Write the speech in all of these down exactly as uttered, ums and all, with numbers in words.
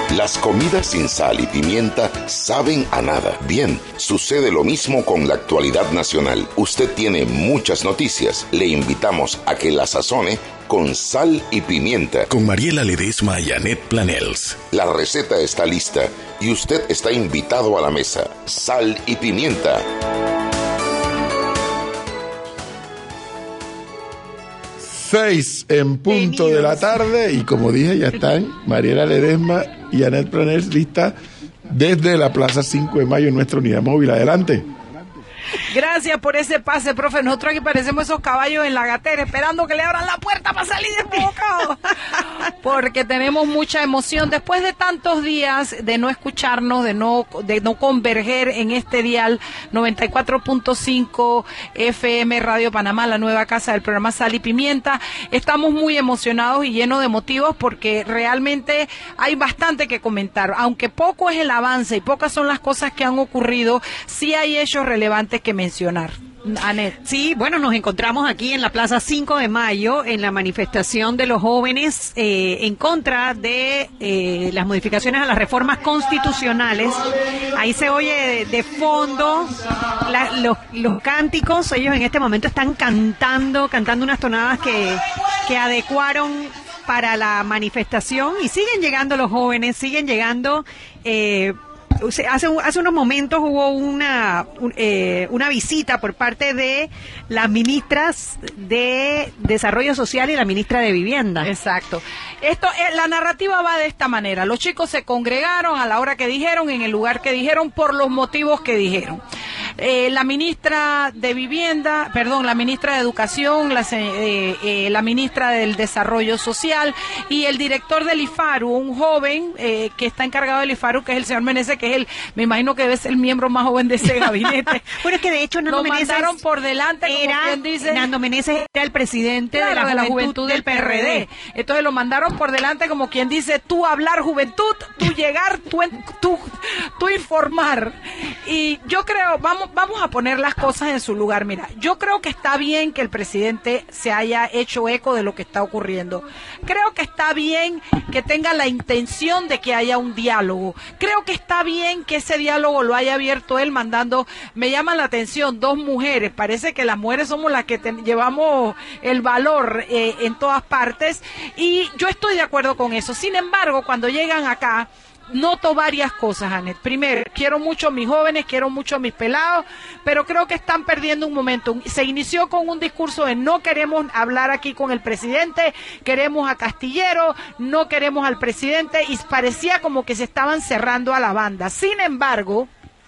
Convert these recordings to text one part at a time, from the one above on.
Las comidas sin sal y pimienta saben a nada. Bien, sucede lo mismo con la actualidad nacional. Usted tiene muchas noticias. Le invitamos a que la sazone con sal y pimienta. Con Mariela Ledesma y Annette Planels. La receta está lista y usted está invitado a la mesa. Sal y pimienta. Seis en punto de la tarde y como dije ya están Mariela Ledesma y Annette Planels listas desde la Plaza cinco de Mayo en nuestra unidad móvil. Adelante. Gracias por ese pase, profe. Nosotros aquí parecemos esos caballos en la gatera esperando que le abran la puerta para salir desbocados. Porque tenemos mucha emoción. Después de tantos días de no escucharnos, de no de no converger en este dial noventa y cuatro punto cinco F M Radio Panamá, la nueva casa del programa Sal y Pimienta, estamos muy emocionados y llenos de motivos porque realmente hay bastante que comentar. Aunque poco es el avance y pocas son las cosas que han ocurrido, sí hay hechos relevantes que mencionar. Annette. Sí, bueno, nos encontramos aquí en la Plaza cinco de Mayo en la manifestación de los jóvenes eh, en contra de eh, las modificaciones a las reformas constitucionales. Ahí se oye de, de fondo la, los, los cánticos. Ellos en este momento están cantando, cantando unas tonadas que, que adecuaron para la manifestación y siguen llegando los jóvenes, siguen llegando. Eh, Hace, hace unos momentos hubo una un, eh, una visita por parte de las ministras de Desarrollo Social y la ministra de Vivienda. Exacto. Esto, eh, la narrativa va de esta manera. Los chicos se congregaron a la hora que dijeron, en el lugar que dijeron, por los motivos que dijeron. Eh, la ministra de Vivienda, perdón, la ministra de Educación, la, eh, eh, la ministra del Desarrollo Social y el director del IFARU, un joven eh, que está encargado del IFARU, que es el señor Meneses, que es el, me imagino que debe ser el miembro más joven de ese gabinete. Bueno, es que de hecho Nando lo Meneses mandaron por delante, era, como quien dice. Nando Meneses era el presidente claro, de, la de la juventud, juventud del P R D. Entonces lo mandaron por delante, como quien dice, tú hablar juventud, tú llegar, tú, tú, tú informar. Y yo creo, vamos, vamos a poner las cosas en su lugar. Mira, yo creo que está bien que el presidente se haya hecho eco de lo que está ocurriendo. Creo que está bien que tenga la intención de que haya un diálogo. Creo que está bien que ese diálogo lo haya abierto él mandando, me llama la atención, dos mujeres. Parece que las mujeres somos las que te, llevamos el valor eh, en todas partes y yo estoy de acuerdo con eso. Sin embargo, cuando llegan acá, noto varias cosas, Annette. Primero, quiero mucho a mis jóvenes, quiero mucho a mis pelados, pero creo que están perdiendo un momento. Se inició con un discurso de no queremos hablar aquí con el presidente, queremos a Castillero, no queremos al presidente, y parecía como que se estaban cerrando a la banda. Sin embargo,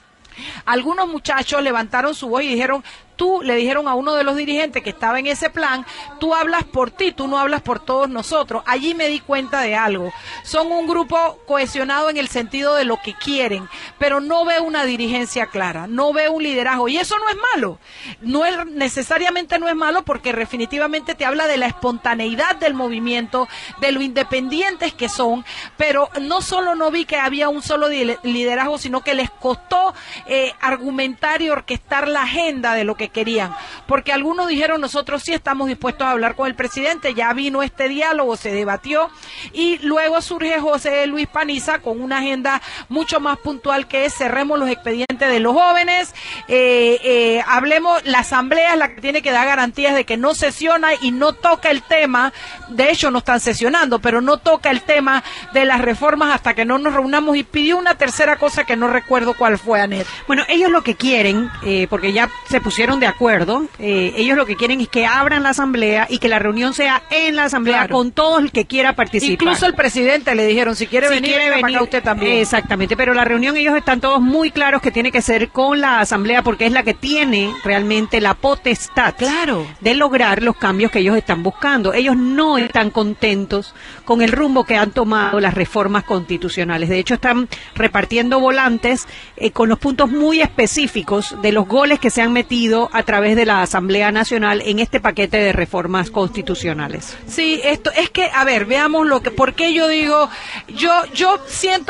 algunos muchachos levantaron su voz y dijeron, tú, le dijeron a uno de los dirigentes que estaba en ese plan, tú hablas por ti, tú no hablas por todos nosotros. Allí me di cuenta de algo. Son un grupo cohesionado en el sentido de lo que quieren, pero no veo una dirigencia clara, no veo un liderazgo. Y eso no es malo. No es, necesariamente no es malo porque definitivamente te habla de la espontaneidad del movimiento, de lo independientes que son, pero no solo no vi que había un solo liderazgo, sino que les costó eh, argumentar y orquestar la agenda de lo que querían, porque algunos dijeron nosotros sí estamos dispuestos a hablar con el presidente, ya vino este diálogo, se debatió, y luego surge José Luis Paniza con una agenda mucho más puntual que es cerremos los expedientes de los jóvenes, eh, eh, hablemos, la asamblea es la que tiene que dar garantías de que no sesiona y no toca el tema, de hecho no están sesionando, pero no toca el tema de las reformas hasta que no nos reunamos, y pidió una tercera cosa que no recuerdo cuál fue, Annette. Bueno, ellos lo que quieren, eh, porque ya se pusieron de acuerdo, eh, ellos lo que quieren es que abran la asamblea y que la reunión sea en la asamblea, claro, con todo el que quiera participar. Incluso el presidente le dijeron, si quiere si venir, quiere venir acá usted también. Exactamente, pero la reunión ellos están todos muy claros que tiene que ser con la asamblea porque es la que tiene realmente la potestad, claro, de lograr los cambios que ellos están buscando. Ellos no están contentos con el rumbo que han tomado las reformas constitucionales. De hecho, están repartiendo volantes eh, con los puntos muy específicos de los goles que se han metido a través de la Asamblea Nacional en este paquete de reformas constitucionales. Sí, esto es que, a ver, veamos lo que, por qué yo digo, yo, yo siento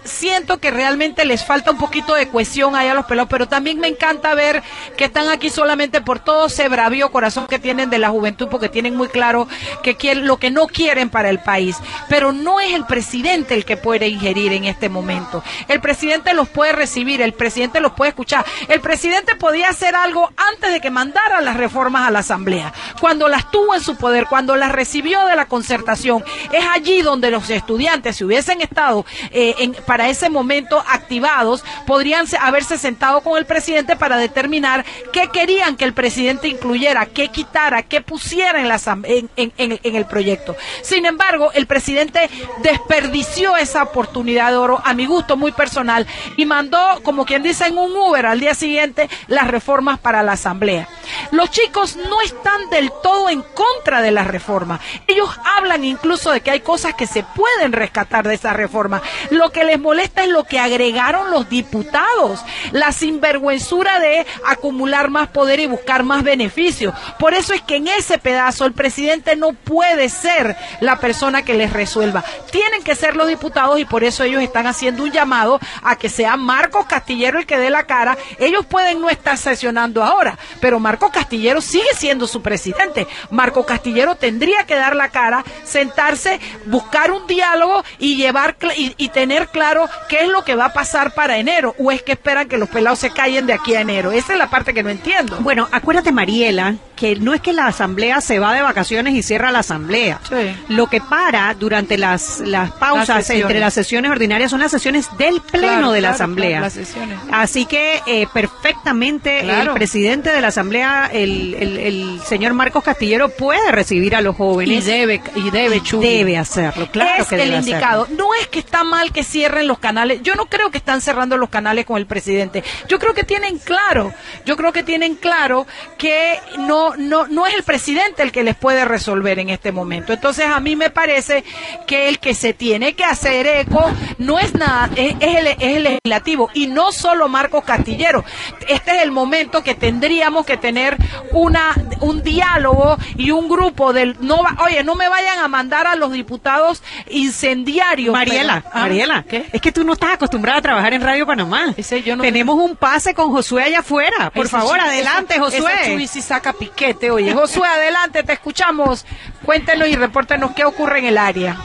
siento que realmente les falta un poquito de cohesión ahí a los pelados, pero también me encanta ver que están aquí solamente por todo ese bravío corazón que tienen de la juventud, porque tienen muy claro que quieren, lo que no quieren para el país. Pero no es el presidente el que puede ingerir en este momento. El presidente los puede recibir, el presidente los puede escuchar. El presidente podía hacer algo antes de que mandara las reformas a la Asamblea, cuando las tuvo en su poder, cuando las recibió de la concertación. Es allí donde los estudiantes, si hubiesen estado eh, en, para ese momento activados, podrían se, haberse sentado con el presidente para determinar qué querían que el presidente incluyera, qué quitara, qué pusiera en, la, en, en, en, en el proyecto. Sin embargo, el presidente desperdició esa oportunidad de oro, a mi gusto muy personal, y mandó, como quien dice, en un Uber al día siguiente las reformas para la Asamblea. Los chicos no están del todo en contra de las reformas. Ellos hablan incluso de que hay cosas que se pueden rescatar de esa reforma. Lo que les molesta es lo que agregaron los diputados, la sinvergüenzura de acumular más poder y buscar más beneficios. Por eso es que en ese pedazo el presidente no puede ser la persona que les resuelva. Tienen que ser los diputados, y por eso ellos están haciendo un llamado a que sea Marcos Castillero el que dé la cara. Ellos pueden no estar sesionando ahora, pero Marcos Castillero sigue siendo su presidente. Marcos Castillero tendría que dar la cara, sentarse, buscar un diálogo y llevar y, y tener claro qué es lo que va a pasar para enero, o es que esperan que los pelados se callen de aquí a enero. Esa es la parte que no entiendo. Bueno, acuérdate, Mariela, que no es que la Asamblea se va de vacaciones y cierra la Asamblea. Sí. Lo que para durante las, las pausas las entre las sesiones ordinarias son las sesiones del Pleno claro, de la claro, Asamblea. Claro, las sesiones. Así que eh, perfectamente Claro. el presidente de la Asamblea, el, el, el señor Marcos Castillero, puede recibir a los jóvenes. Y debe, y debe, Chuy. Debe hacerlo, claro es que debe el indicado. hacerlo. No es que está mal que cierren los canales. Yo no creo que están cerrando los canales con el presidente. Yo creo que tienen claro, yo creo que tienen claro que no, no, no es el presidente el que les puede resolver en este momento. Entonces a mí me parece que el que se tiene que hacer eco no es nada, es, es, el, es el legislativo, y no solo Marcos Castillero. Este es el momento que tendríamos que tener una un diálogo y un grupo del no va, oye, no me vayan a mandar a los diputados incendiarios. Mariela, pero, ¿ah? Mariela, ¿Qué? es que tú no estás acostumbrada a trabajar en Radio Panamá. Ese yo no- Tenemos un pase con Josué allá afuera. Por Ese favor, Chuy- adelante, ese- Josué. ese Chuy sí saca piquete, oye. Josué, adelante, te escuchamos. Cuéntenos y repórtenos qué ocurre en el área.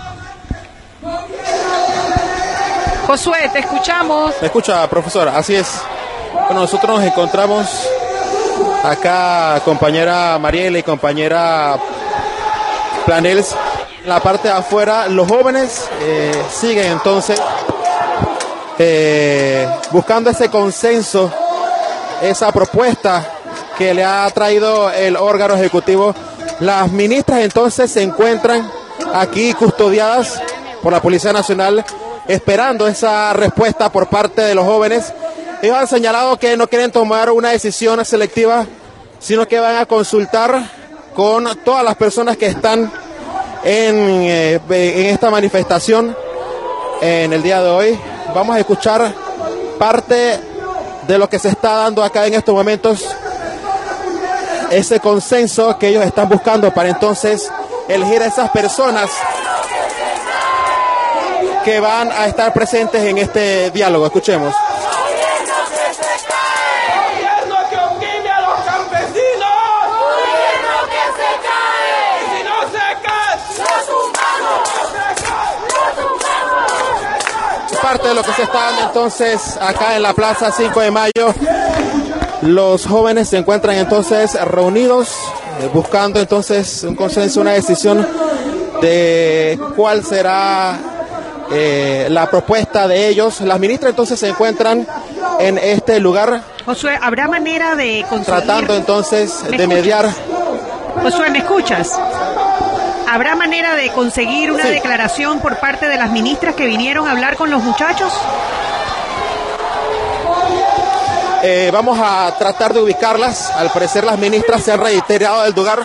Josué, te escuchamos. Me escucha, profesora, así es. Bueno, nosotros nos encontramos acá, compañera Mariela y compañera Planels, en la parte de afuera. Los jóvenes eh, siguen entonces eh, buscando ese consenso, esa propuesta que le ha traído el órgano ejecutivo. Las ministras entonces se encuentran aquí custodiadas por la Policía Nacional, esperando esa respuesta por parte de los jóvenes. Ellos han señalado que no quieren tomar una decisión selectiva, sino que van a consultar con todas las personas que están en, eh, en esta manifestación en el día de hoy. Vamos a escuchar parte de lo que se está dando acá en estos momentos, ese consenso que ellos están buscando para entonces elegir a esas personas que van a estar presentes en este diálogo. Escuchemos. Gobierno que oprime a los campesinos. Gobierno que se cae. Y si no se cae, los humanos. Los humanos. Parte de lo que se está dando entonces acá en la Plaza cinco de mayo. Los jóvenes se encuentran entonces reunidos, eh, buscando entonces un consenso, una decisión de cuál será eh, la propuesta de ellos. Las ministras entonces se encuentran en este lugar Josué, ¿habrá manera de conseguir... tratando entonces ¿Me de mediar. Josué, ¿me escuchas? ¿Habrá manera de conseguir una Sí. declaración por parte de las ministras que vinieron a hablar con los muchachos? Eh, vamos a tratar de ubicarlas. Al parecer las ministras se han reiterado del lugar.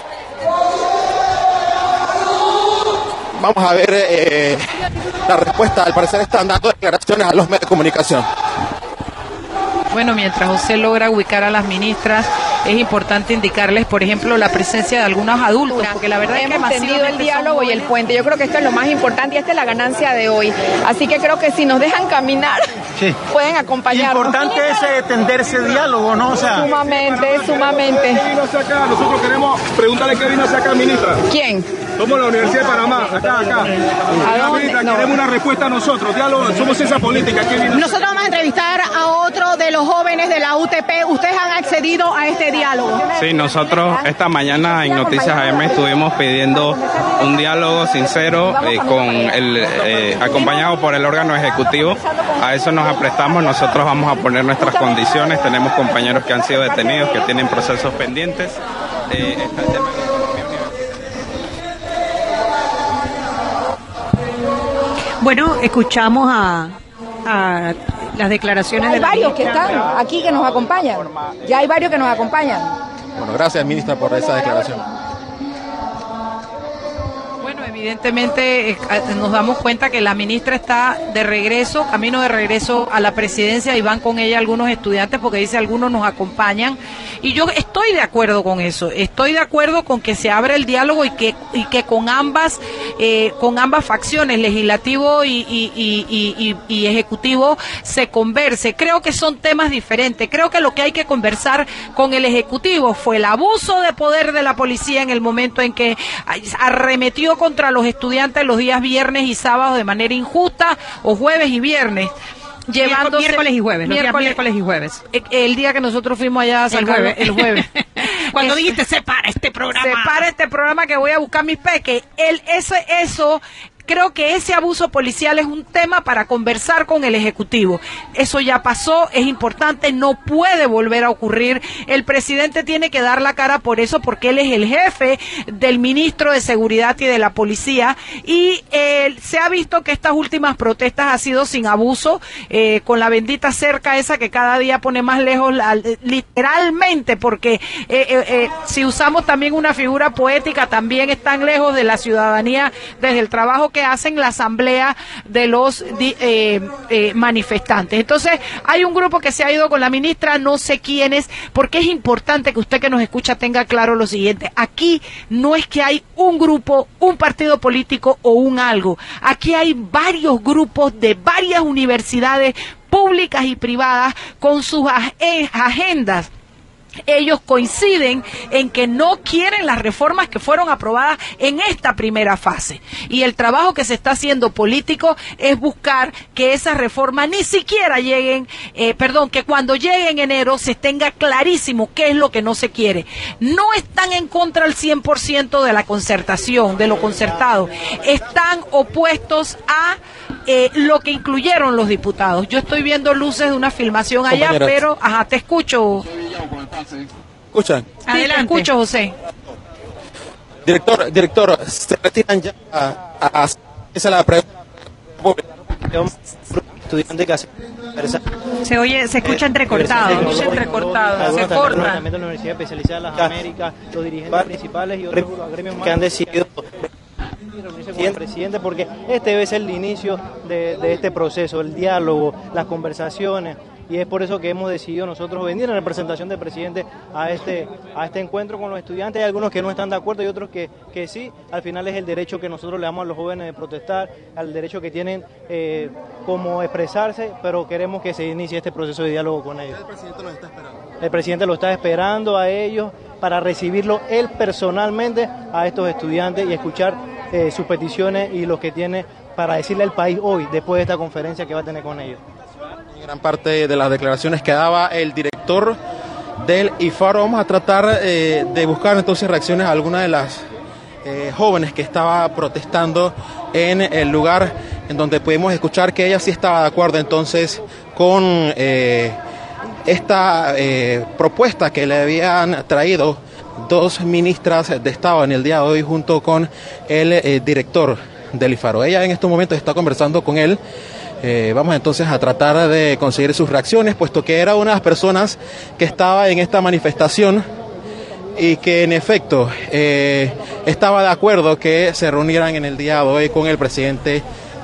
Vamos a ver eh, la respuesta. Al parecer están dando declaraciones a los medios de comunicación. Bueno, mientras José logra ubicar a las ministras, es importante indicarles, por ejemplo, la presencia de algunos adultos, porque la verdad hemos es que tenido el diálogo y el puente. Yo creo que esto es lo más importante y esta es la ganancia de hoy. Así que creo que si nos dejan caminar, sí, pueden acompañarnos. Importante es eh, tender ese diálogo, ¿no? O sea, sumamente, sumamente. ¿Qué vino hacia acá? Nosotros queremos preguntarle qué vino hacia acá, ministra. ¿Quién? Somos la Universidad de Panamá, acá, acá. ¿A dónde? Ministra, No. queremos una respuesta a nosotros. Diálogo, somos esa política. ¿Qué vino? Nosotros vamos a entrevistar a otro de los jóvenes de la U T P. ¿Ustedes han accedido a este diálogo? Sí, nosotros esta mañana en Noticias A M estuvimos pidiendo un diálogo sincero eh, con el eh, acompañado por el órgano ejecutivo. A eso nos aprestamos. Nosotros vamos a poner nuestras condiciones. Tenemos compañeros que han sido detenidos, que tienen procesos pendientes. Eh, está el tema de Bueno, escuchamos a, a las declaraciones Hay de la varios que ministra. están aquí que nos acompañan. Ya hay varios que nos acompañan. Bueno, gracias, ministra, por esa declaración. Bueno, evidentemente eh, nos damos cuenta que la ministra está de regreso, camino de regreso a la presidencia y van con ella algunos estudiantes porque dice algunos nos acompañan y yo estoy de acuerdo con eso, estoy de acuerdo con que se abra el diálogo y que y que con ambas eh, con ambas facciones, legislativo y, y, y, y, y ejecutivo, se converse. Creo que son temas diferentes, creo que lo que hay que conversar con el ejecutivo fue el abuso de poder de la policía en el momento en que arremetió contra los estudiantes los días viernes y sábados de manera injusta, o jueves y viernes, llevándose miércoles y jueves, los días miércoles, miércoles y jueves. El día que nosotros fuimos allá a salvar jueves. el jueves. Cuando Es- dijiste separa este programa. Separa este programa que voy a buscar mis peques. El, eso, eso, creo que ese abuso policial es un tema para conversar con el Ejecutivo. Eso ya pasó, es importante, no puede volver a ocurrir. El presidente tiene que dar la cara por eso, porque él es el jefe del ministro de Seguridad y de la Policía. Y eh, se ha visto que estas últimas protestas ha sido sin abuso, eh, con la bendita cerca esa que cada día pone más lejos, la, literalmente, porque eh, eh, eh, si usamos también una figura poética, también están lejos de la ciudadanía desde el trabajo que hacen la asamblea de los di, eh, eh, manifestantes. Entonces, hay un grupo que se ha ido con la ministra, no sé quiénes, porque es importante que usted que nos escucha tenga claro lo siguiente: aquí no es que hay un grupo, un partido político o un algo, aquí hay varios grupos de varias universidades públicas y privadas con sus ag- eh, agendas. Ellos coinciden en que no quieren las reformas que fueron aprobadas en esta primera fase. Y el trabajo que se está haciendo político es buscar que esas reformas ni siquiera lleguen, eh, perdón, que cuando llegue en enero se tenga clarísimo qué es lo que no se quiere. No están en contra al cien por ciento de la concertación, de lo concertado. Están opuestos a eh, lo que incluyeron los diputados. Yo estoy viendo luces de una filmación allá, Compañeras. pero, ajá, te escucho. ¿Escuchan? Sí, te Adelante. escucho, José. Director, director, ¿se retiran ya a, a- a- esa es la pregunta? estudiante que hace Se oye, se escucha entrecortado. Se escucha entrecortado, se corta. También de la Universidad Especializada de las Américas, los dirigentes principales y otros gremios más que han decidido reunirse con el presidente, porque este debe ser el inicio de, de este proceso, el diálogo, las conversaciones, y es por eso que hemos decidido nosotros venir en representación del presidente a este a este encuentro con los estudiantes. Hay algunos que no están de acuerdo y otros que, que sí. Al final es el derecho que nosotros le damos a los jóvenes de protestar, al derecho que tienen eh, como expresarse, pero queremos que se inicie este proceso de diálogo con ellos. El presidente los está esperando. El presidente lo está esperando a ellos para recibirlo él personalmente a estos estudiantes y escuchar eh, sus peticiones y lo que tiene para decirle al país hoy, después de esta conferencia que va a tener con ellos. Gran parte de las declaraciones que daba el director del I F A R O. Vamos a tratar eh, de buscar entonces reacciones a algunas de las eh, jóvenes que estaba protestando en el lugar, en donde pudimos escuchar que ella sí estaba de acuerdo entonces con eh, esta eh, propuesta que le habían traído dos ministras de Estado en el día de hoy junto con el eh, director del I F A R O. Ella en estos momentos está conversando con él. Eh, vamos entonces a tratar de conseguir sus reacciones, puesto que era una de las personas que estaba en esta manifestación y que en efecto eh, estaba de acuerdo que se reunieran en el día de hoy con el presidente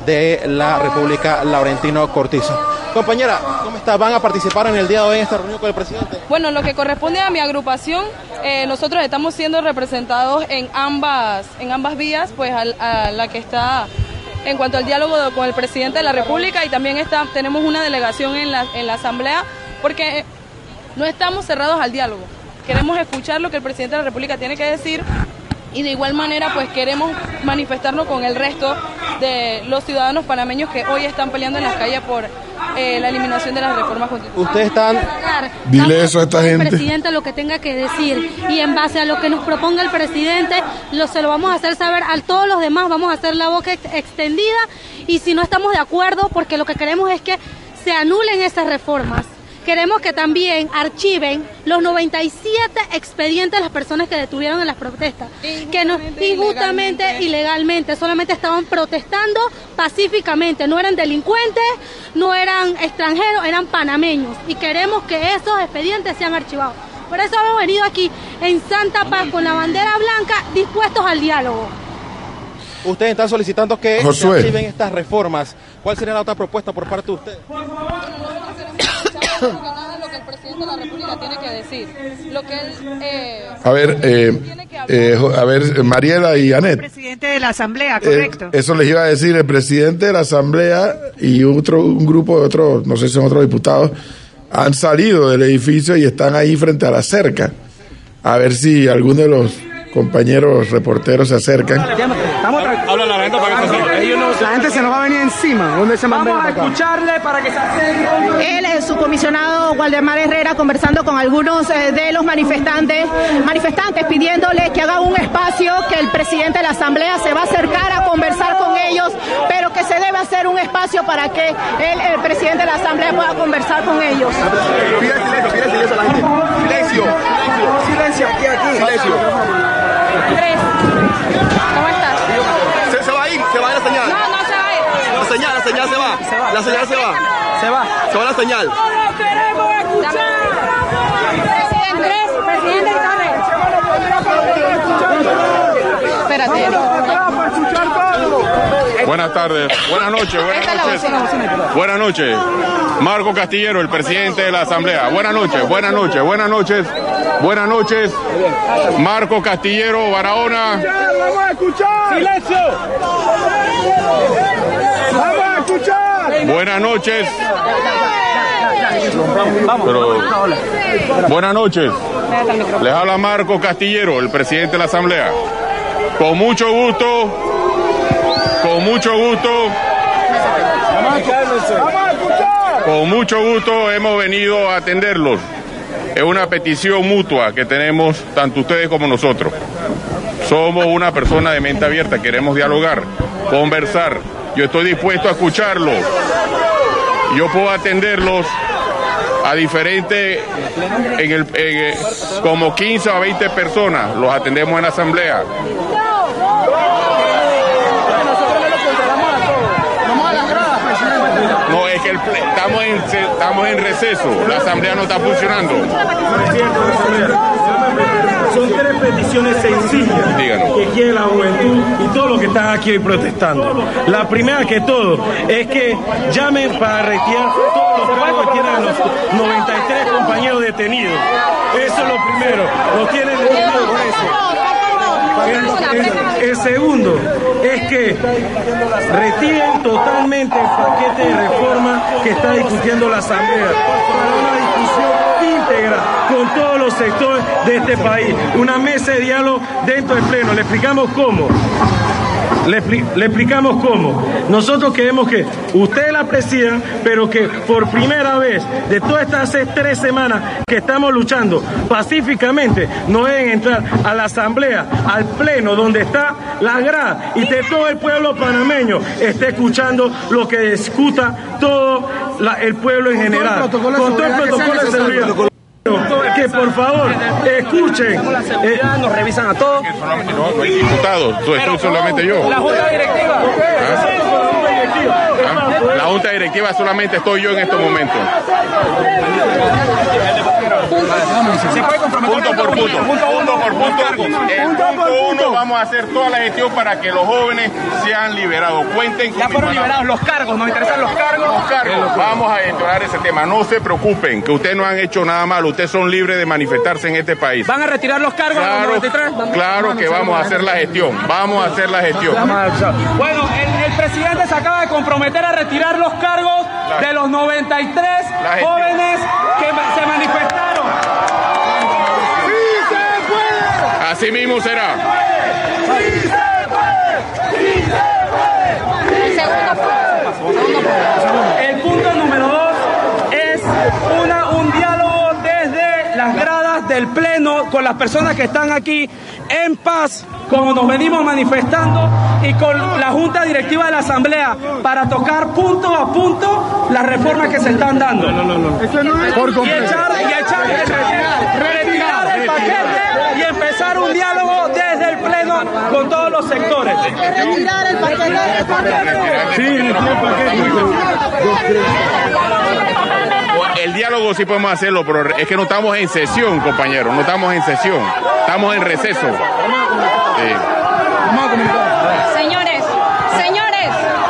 de la República, Laurentino Cortizo. Compañera, ¿cómo está? ¿Van a participar en el día de hoy en esta reunión con el presidente? Bueno, lo que corresponde a mi agrupación, eh, nosotros estamos siendo representados en ambas, en ambas vías, pues a, a la que está en cuanto al diálogo con el presidente de la República, y también está, tenemos una delegación en la, en la Asamblea, porque no estamos cerrados al diálogo. Queremos escuchar lo que el presidente de la República tiene que decir, y de igual manera pues queremos manifestarnos con el resto de los ciudadanos panameños que hoy están peleando en las calles por eh, la eliminación de las reformas constitucionales. Ustedes están... Dile eso a esta gente. El presidente lo que tenga que decir, y en base a lo que nos proponga el presidente, lo, se lo vamos a hacer saber a todos los demás, vamos a hacer la boca ex extendida, y si no estamos de acuerdo, porque lo que queremos es que se anulen esas reformas. Queremos que también archiven los noventa y siete expedientes de las personas que detuvieron en las protestas, que no, injustamente, ilegalmente. ilegalmente, solamente estaban protestando pacíficamente, no eran delincuentes, no eran extranjeros, eran panameños, y queremos que esos expedientes sean archivados. Por eso hemos venido aquí en Santa Paz con la bandera blanca, dispuestos al diálogo. Ustedes están solicitando que Josué. se archiven estas reformas. ¿Cuál sería la otra propuesta por parte de ustedes? Lo que el presidente de la República tiene que decir, lo que él eh, A ver, eh, eh, a ver, Mariela y Anet. Presidente de la Asamblea, correcto. Eh, eso les iba a decir, el presidente de la Asamblea y otro un grupo de otros, no sé si son otros diputados, han salido del edificio y están ahí frente a la cerca. A ver si alguno de los compañeros reporteros se acercan. Habla la gente para que se acerque. La gente se nos va a venir encima. ¿Dónde se Vamos a escucharle para que se acerque. Él es su comisionado Waldemar Herrera conversando con algunos eh, de los manifestantes, manifestantes pidiéndole que haga un espacio, que el presidente de la Asamblea se va a acercar a conversar con ellos, pero que se debe hacer un espacio para que el, el presidente de la Asamblea pueda conversar con ellos. Pida silencio, pida silencio a la gente. Silencio, silencio, silencio, aquí, aquí. Silencio. Andrés, ¿cómo estás? Se, se va a ir, se va a ir la señal. No, no se va a ir. La señal, la señal se va. Se va. La señal se va. Se va. Se va la señal. ¡No queremos escuchar! Andrés, presidente Espérate. Buenas tardes, buenas noches, buenas noches. Buenas noches. Marco Castillero, el presidente de la Asamblea. Buenas noches, buenas noches, buenas noches. Buenas noches. Marco Castillero, Barahona. ¡Vamos a escuchar! ¡Silencio! ¡Vamos a escuchar! Buenas noches. Pero, buenas noches. Les habla Marco Castillero, el presidente de la Asamblea. Con mucho gusto, con mucho gusto, con mucho gusto hemos venido a atenderlos. Es una petición mutua que tenemos tanto ustedes como nosotros. Somos una persona de mente abierta, queremos dialogar, conversar. Yo estoy dispuesto a escucharlos. Yo puedo atenderlos a diferentes, en el, en, como quince a veinte personas, los atendemos en la Asamblea. No, es que el, estamos, en, estamos en receso, la Asamblea no está funcionando. Son tres peticiones sencillas. Díganos. Que quiere la juventud y todos los que están aquí hoy protestando. La primera que todo es que llamen para retirar todos los cargos que tienen los noventa y tres compañeros detenidos. Eso es lo primero. Los tienen detenidos por eso. El, el, el segundo es que retiren totalmente el paquete de reforma que está discutiendo la Asamblea para una discusión íntegra con todos los sectores de este país. Una mesa de diálogo dentro del Pleno. Le explicamos cómo. Le, le explicamos cómo. Nosotros queremos que ustedes la presidan, pero que por primera vez de todas estas hace tres semanas que estamos luchando pacíficamente, no deben entrar a la Asamblea, al Pleno, donde está la grada, y que todo el pueblo panameño esté escuchando lo que discuta todo la, el pueblo en general. Con todo el protocolo de seguridad. Que por favor escuchen. Eh, nos revisan a todos. No, no hay diputados, estoy solamente yo. La Junta Directiva. ¿Ah? La Junta Directiva. definitiva solamente estoy yo en estos momentos. Punto por punto, punto por punto. En punto uno vamos a hacer toda la gestión para que los jóvenes sean liberados. Cuenten con ya fueron liberados los cargos, nos interesan los cargos. Los cargos, vamos a entrar ese tema. No se preocupen, que ustedes no han hecho nada malo. Ustedes son libres de manifestarse en este país. ¿Van a retirar los cargos? Claro, a los noventa y tres? Claro que vamos a hacer la gestión. Vamos a hacer la gestión. Bueno, el, el presidente se acaba de comprometer a retirar los cargos la, de los noventa y tres jóvenes que se manifestaron. ¡Sí se puede! Así mismo será. ¡Sí se puede! ¡Sí se puede! El punto número dos es una, un diálogo desde las gradas del Pleno con las personas que están aquí en paz, como nos venimos manifestando, y con la Junta Directiva de la Asamblea para tocar punto a punto las reformas que se están dando. No, no, no. Eso no es por completo. Y echar, y echar, retirar, retirar el paquete y empezar un diálogo desde el Pleno con todos los sectores. Retirar el paquete. Sí, el paquete. El diálogo sí podemos hacerlo, pero es que no estamos en sesión, compañeros, no estamos en sesión, estamos en receso. Sí. Señores, señores.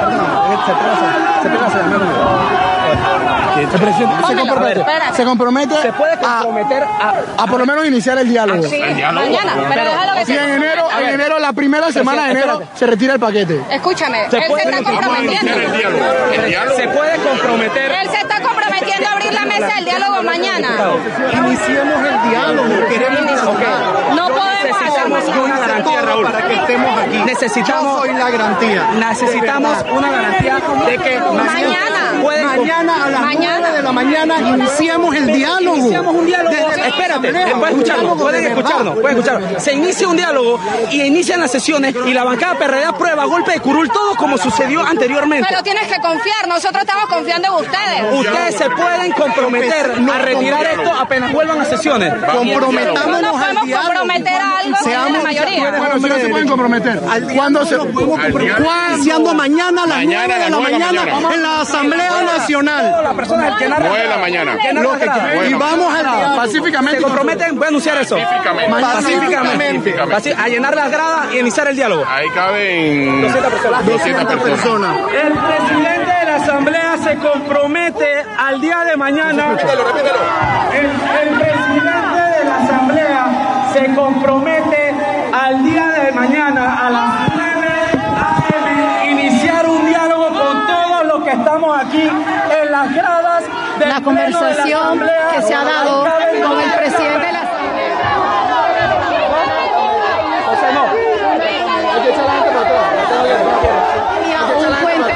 El presidente se compromete, se compromete se puede comprometer a, a, a por lo menos iniciar el diálogo. Sí, el diálogo. mañana, pero déjalo que y en enero, en enero, la primera semana de enero, se retira el paquete. Escúchame, se él se está comprometiendo. El diálogo. El diálogo. Se puede comprometer. Él se está comprometiendo a abrir la mesa del diálogo mañana. Iniciemos el diálogo. Queremos okay. No podemos. Necesitamos una garantía, Raúl, para que estemos aquí. Necesitamos, Yo soy la garantía. Necesitamos una garantía de que mañana, pueden, mañana a las mañana. nueve de la mañana iniciamos el diálogo. Iniciamos un diálogo. Desde Espérate, pueden escucharnos, pueden escucharnos, pueden escucharnos. Se inicia un diálogo y inician las sesiones y la bancada P R D aprueba golpe de curul todo como sucedió anteriormente. Pero tienes que confiar, nosotros estamos confiando en ustedes. Ustedes se pueden comprometer a retirar esto apenas vuelvan a sesiones. Comprometámonos no nos podemos comprometer a algo sin la mayoría. Bueno, si no se pueden comprometer. ¿Cuándo se Iniciando mañana a las nueve de la mañana en la Asamblea Nacional. nueve de la mañana. Y vamos a pacíficamente. Se comprometen, voy a anunciar eso. Pacíficamente. Pacíficamente. A llenar las gradas y iniciar el diálogo. Ahí caben doscientas personas. El presidente de la Asamblea se compromete al día de mañana. Repítelo, repítelo. El, el presidente de la Asamblea se compromete al día de mañana a las nueve a iniciar un diálogo con todos los que estamos aquí en las gradas de la conversación de la que se ha dado con el presidente de la Asamblea. José, no. Hay que echar la gente para atrás. Y a un puente.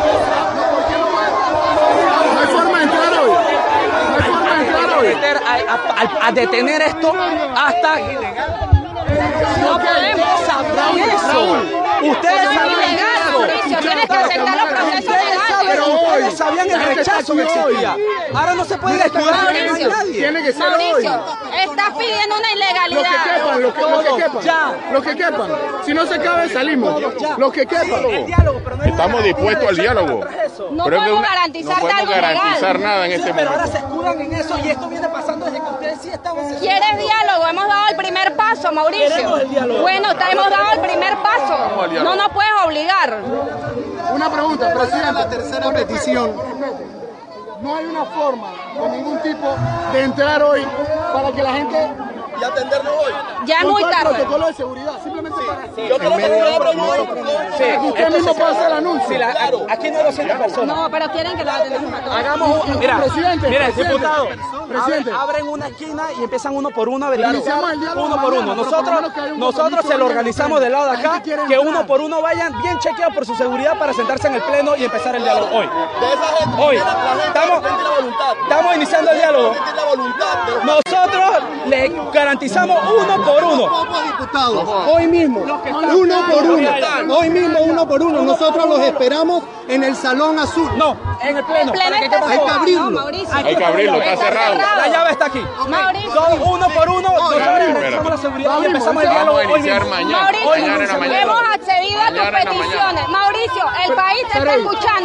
No hay forma de entrar hoy. No hay forma de entrar hoy. A, a, a detener esto hasta... No podemos saber eso. Ustedes saben Mauricio, tienes que aceptar los procesos legales. Pero ustedes sabían el rechazo que existía. Ahora no se puede escudar a nadie. Tiene que ser Mauricio, hoy. estás pidiendo una ilegalidad. Los que quepan, los que, los que quepan. Ya. Los que quepan. Si no se cabe, salimos. Los que quepan. Estamos dispuestos al diálogo. No pero podemos una, garantizar no podemos algo garantizar legal. nada en Sí, este pero momento. ahora se escudan en eso y esto viene pasando desde que ustedes sí estaban... ¿Quieres diálogo? Hemos dado el primer paso, Mauricio. Queremos el diálogo. Bueno, te hemos dado el primer paso. No nos puedes obligar. Una pregunta, presidente. La tercera petición. No hay una forma de ningún tipo de entrar hoy para que la gente y atenderlo hoy. Ya es muy tarde. Con protocolo de seguridad, simplemente para. Sí. Yo creo que lo abren hoy. Sí. Usted mismo puede hacer el anuncio. Sí, la, claro. Aquí no hay doscientas personas. No, pero quieren que lo atendamos a todos. Hagamos un, mira, presidente, mira, presidente, diputado, presidente. Abren, abren una esquina y empiezan uno por uno a verificar, Iniciamos el diálogo uno por mañana, uno. pero por lo Nosotros, menos que haya un nosotros compromiso se lo hoy. organizamos del lado de La gente acá, quiere que entrar. uno por uno vayan bien chequeados por su seguridad para sentarse en el pleno y empezar el diálogo hoy. De esa gente, Hoy. la gente Estamos, tiene la voluntad. estamos iniciando el diálogo. La voluntad de... Nosotros le garantizamos uno por uno. Pocos diputados, hoy mismo, uno por uno, hoy mismo uno por uno, nosotros los esperamos en el Salón Azul. No, en el pleno. El pleno para que está quepa Hay que todo. abrirlo. No, Mauricio. Hay que abrirlo, está cerrado. La llave está aquí. Mauricio. Son uno por uno. Nosotros espérate. garantizamos la seguridad y Abrimos, empezamos el Vamos diálogo a hoy iniciar mismo. mañana. Mauricio, Mañana en la mañana. hemos accedido a tus Mañana en la peticiones. Mauricio, el país te está escuchando.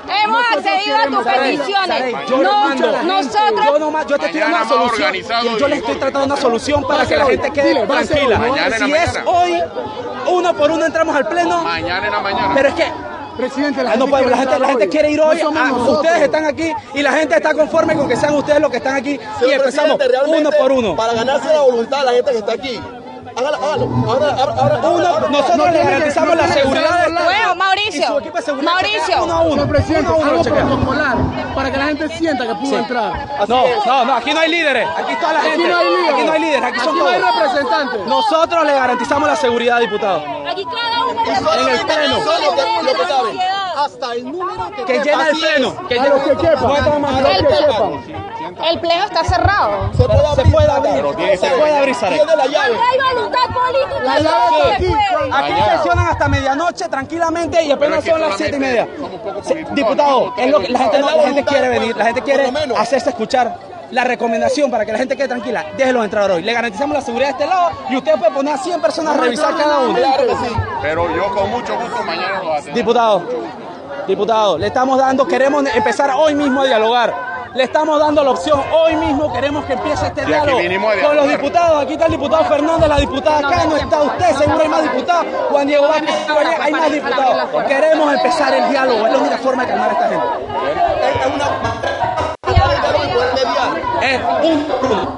Hemos accedido a tus peticiones. Yo No, mando. nosotros. Yo, nomás, yo te estoy dando una Mañana más solución. organizado Y yo le estoy tratando una solución para que la gente quede Dile, va a ser tranquila. hoy. Mañana en la Si es mañana. hoy, uno por uno entramos al pleno. Mañana en la mañana. Pero es que Presidente, la Ah, no gente podemos, la quiere gente, la entrar gente hoy. quiere ir hoy. No somos Ah, nosotros. ustedes están aquí y la gente está conforme con que sean ustedes los que están aquí y empezamos uno por uno. Para ganarse la voluntad de la gente que está aquí. Hágalo, hágalo. Ahora, ahora, ahora, Uno, nosotros no le tiene que- garantizamos no la tiene que seguridad ser de volado. Bueno, y Mauricio. su equipo de seguridad Mauricio. chequea uno a uno. Señor presidente, Uno a uno algo chequea. protocolar para que la gente sienta que pudo entrar. No, no, no, aquí no hay líderes, aquí está la Aquí gente. no hay líderes. Aquí no hay líderes, aquí son Aquí no hay todos. representantes. Nosotros le garantizamos la seguridad, diputado. Aquí cada uno En el pleno. Solo que- lo que saben. Hasta el número que, Que quepa. llena el Así pleno. es. Que A llena- los que quepan. No estamos A más- los el que pleno. quepan. El pleno está cerrado. Se puede Se abrir. puede abrir, Pero tiene que se ser- puede abrir, Sarek. Tiene la llave. Cuando hay voluntad política, La llave todo está se aquí. puede. Aquí Mañana. sesionan hasta medianoche tranquilamente y apenas es que son las siete y media. solamente somos pocos Sí, políticos. diputado, es lo que la gente, no- la gente quiere venir, la gente quiere Por lo menos. hacerse escuchar. La recomendación para que la gente quede tranquila, déjelo entrar hoy. Le garantizamos la seguridad de este lado y usted puede poner a cien personas a revisar cada uno. Claro que sí. Pero yo con mucho gusto mañana lo hacen. Diputado, diputado, le estamos dando, queremos empezar hoy mismo a dialogar. Le estamos dando la opción, hoy mismo queremos que empiece este aquí diálogo vinimos a con los dialogar. diputados. Aquí está el diputado Fernández, la diputada acá, no está usted, seguro hay más diputados. Juan Diego Vázquez, hay más diputados. Queremos empezar el diálogo, es la única forma de calmar a esta gente. Es una poder mediar. Es un uno.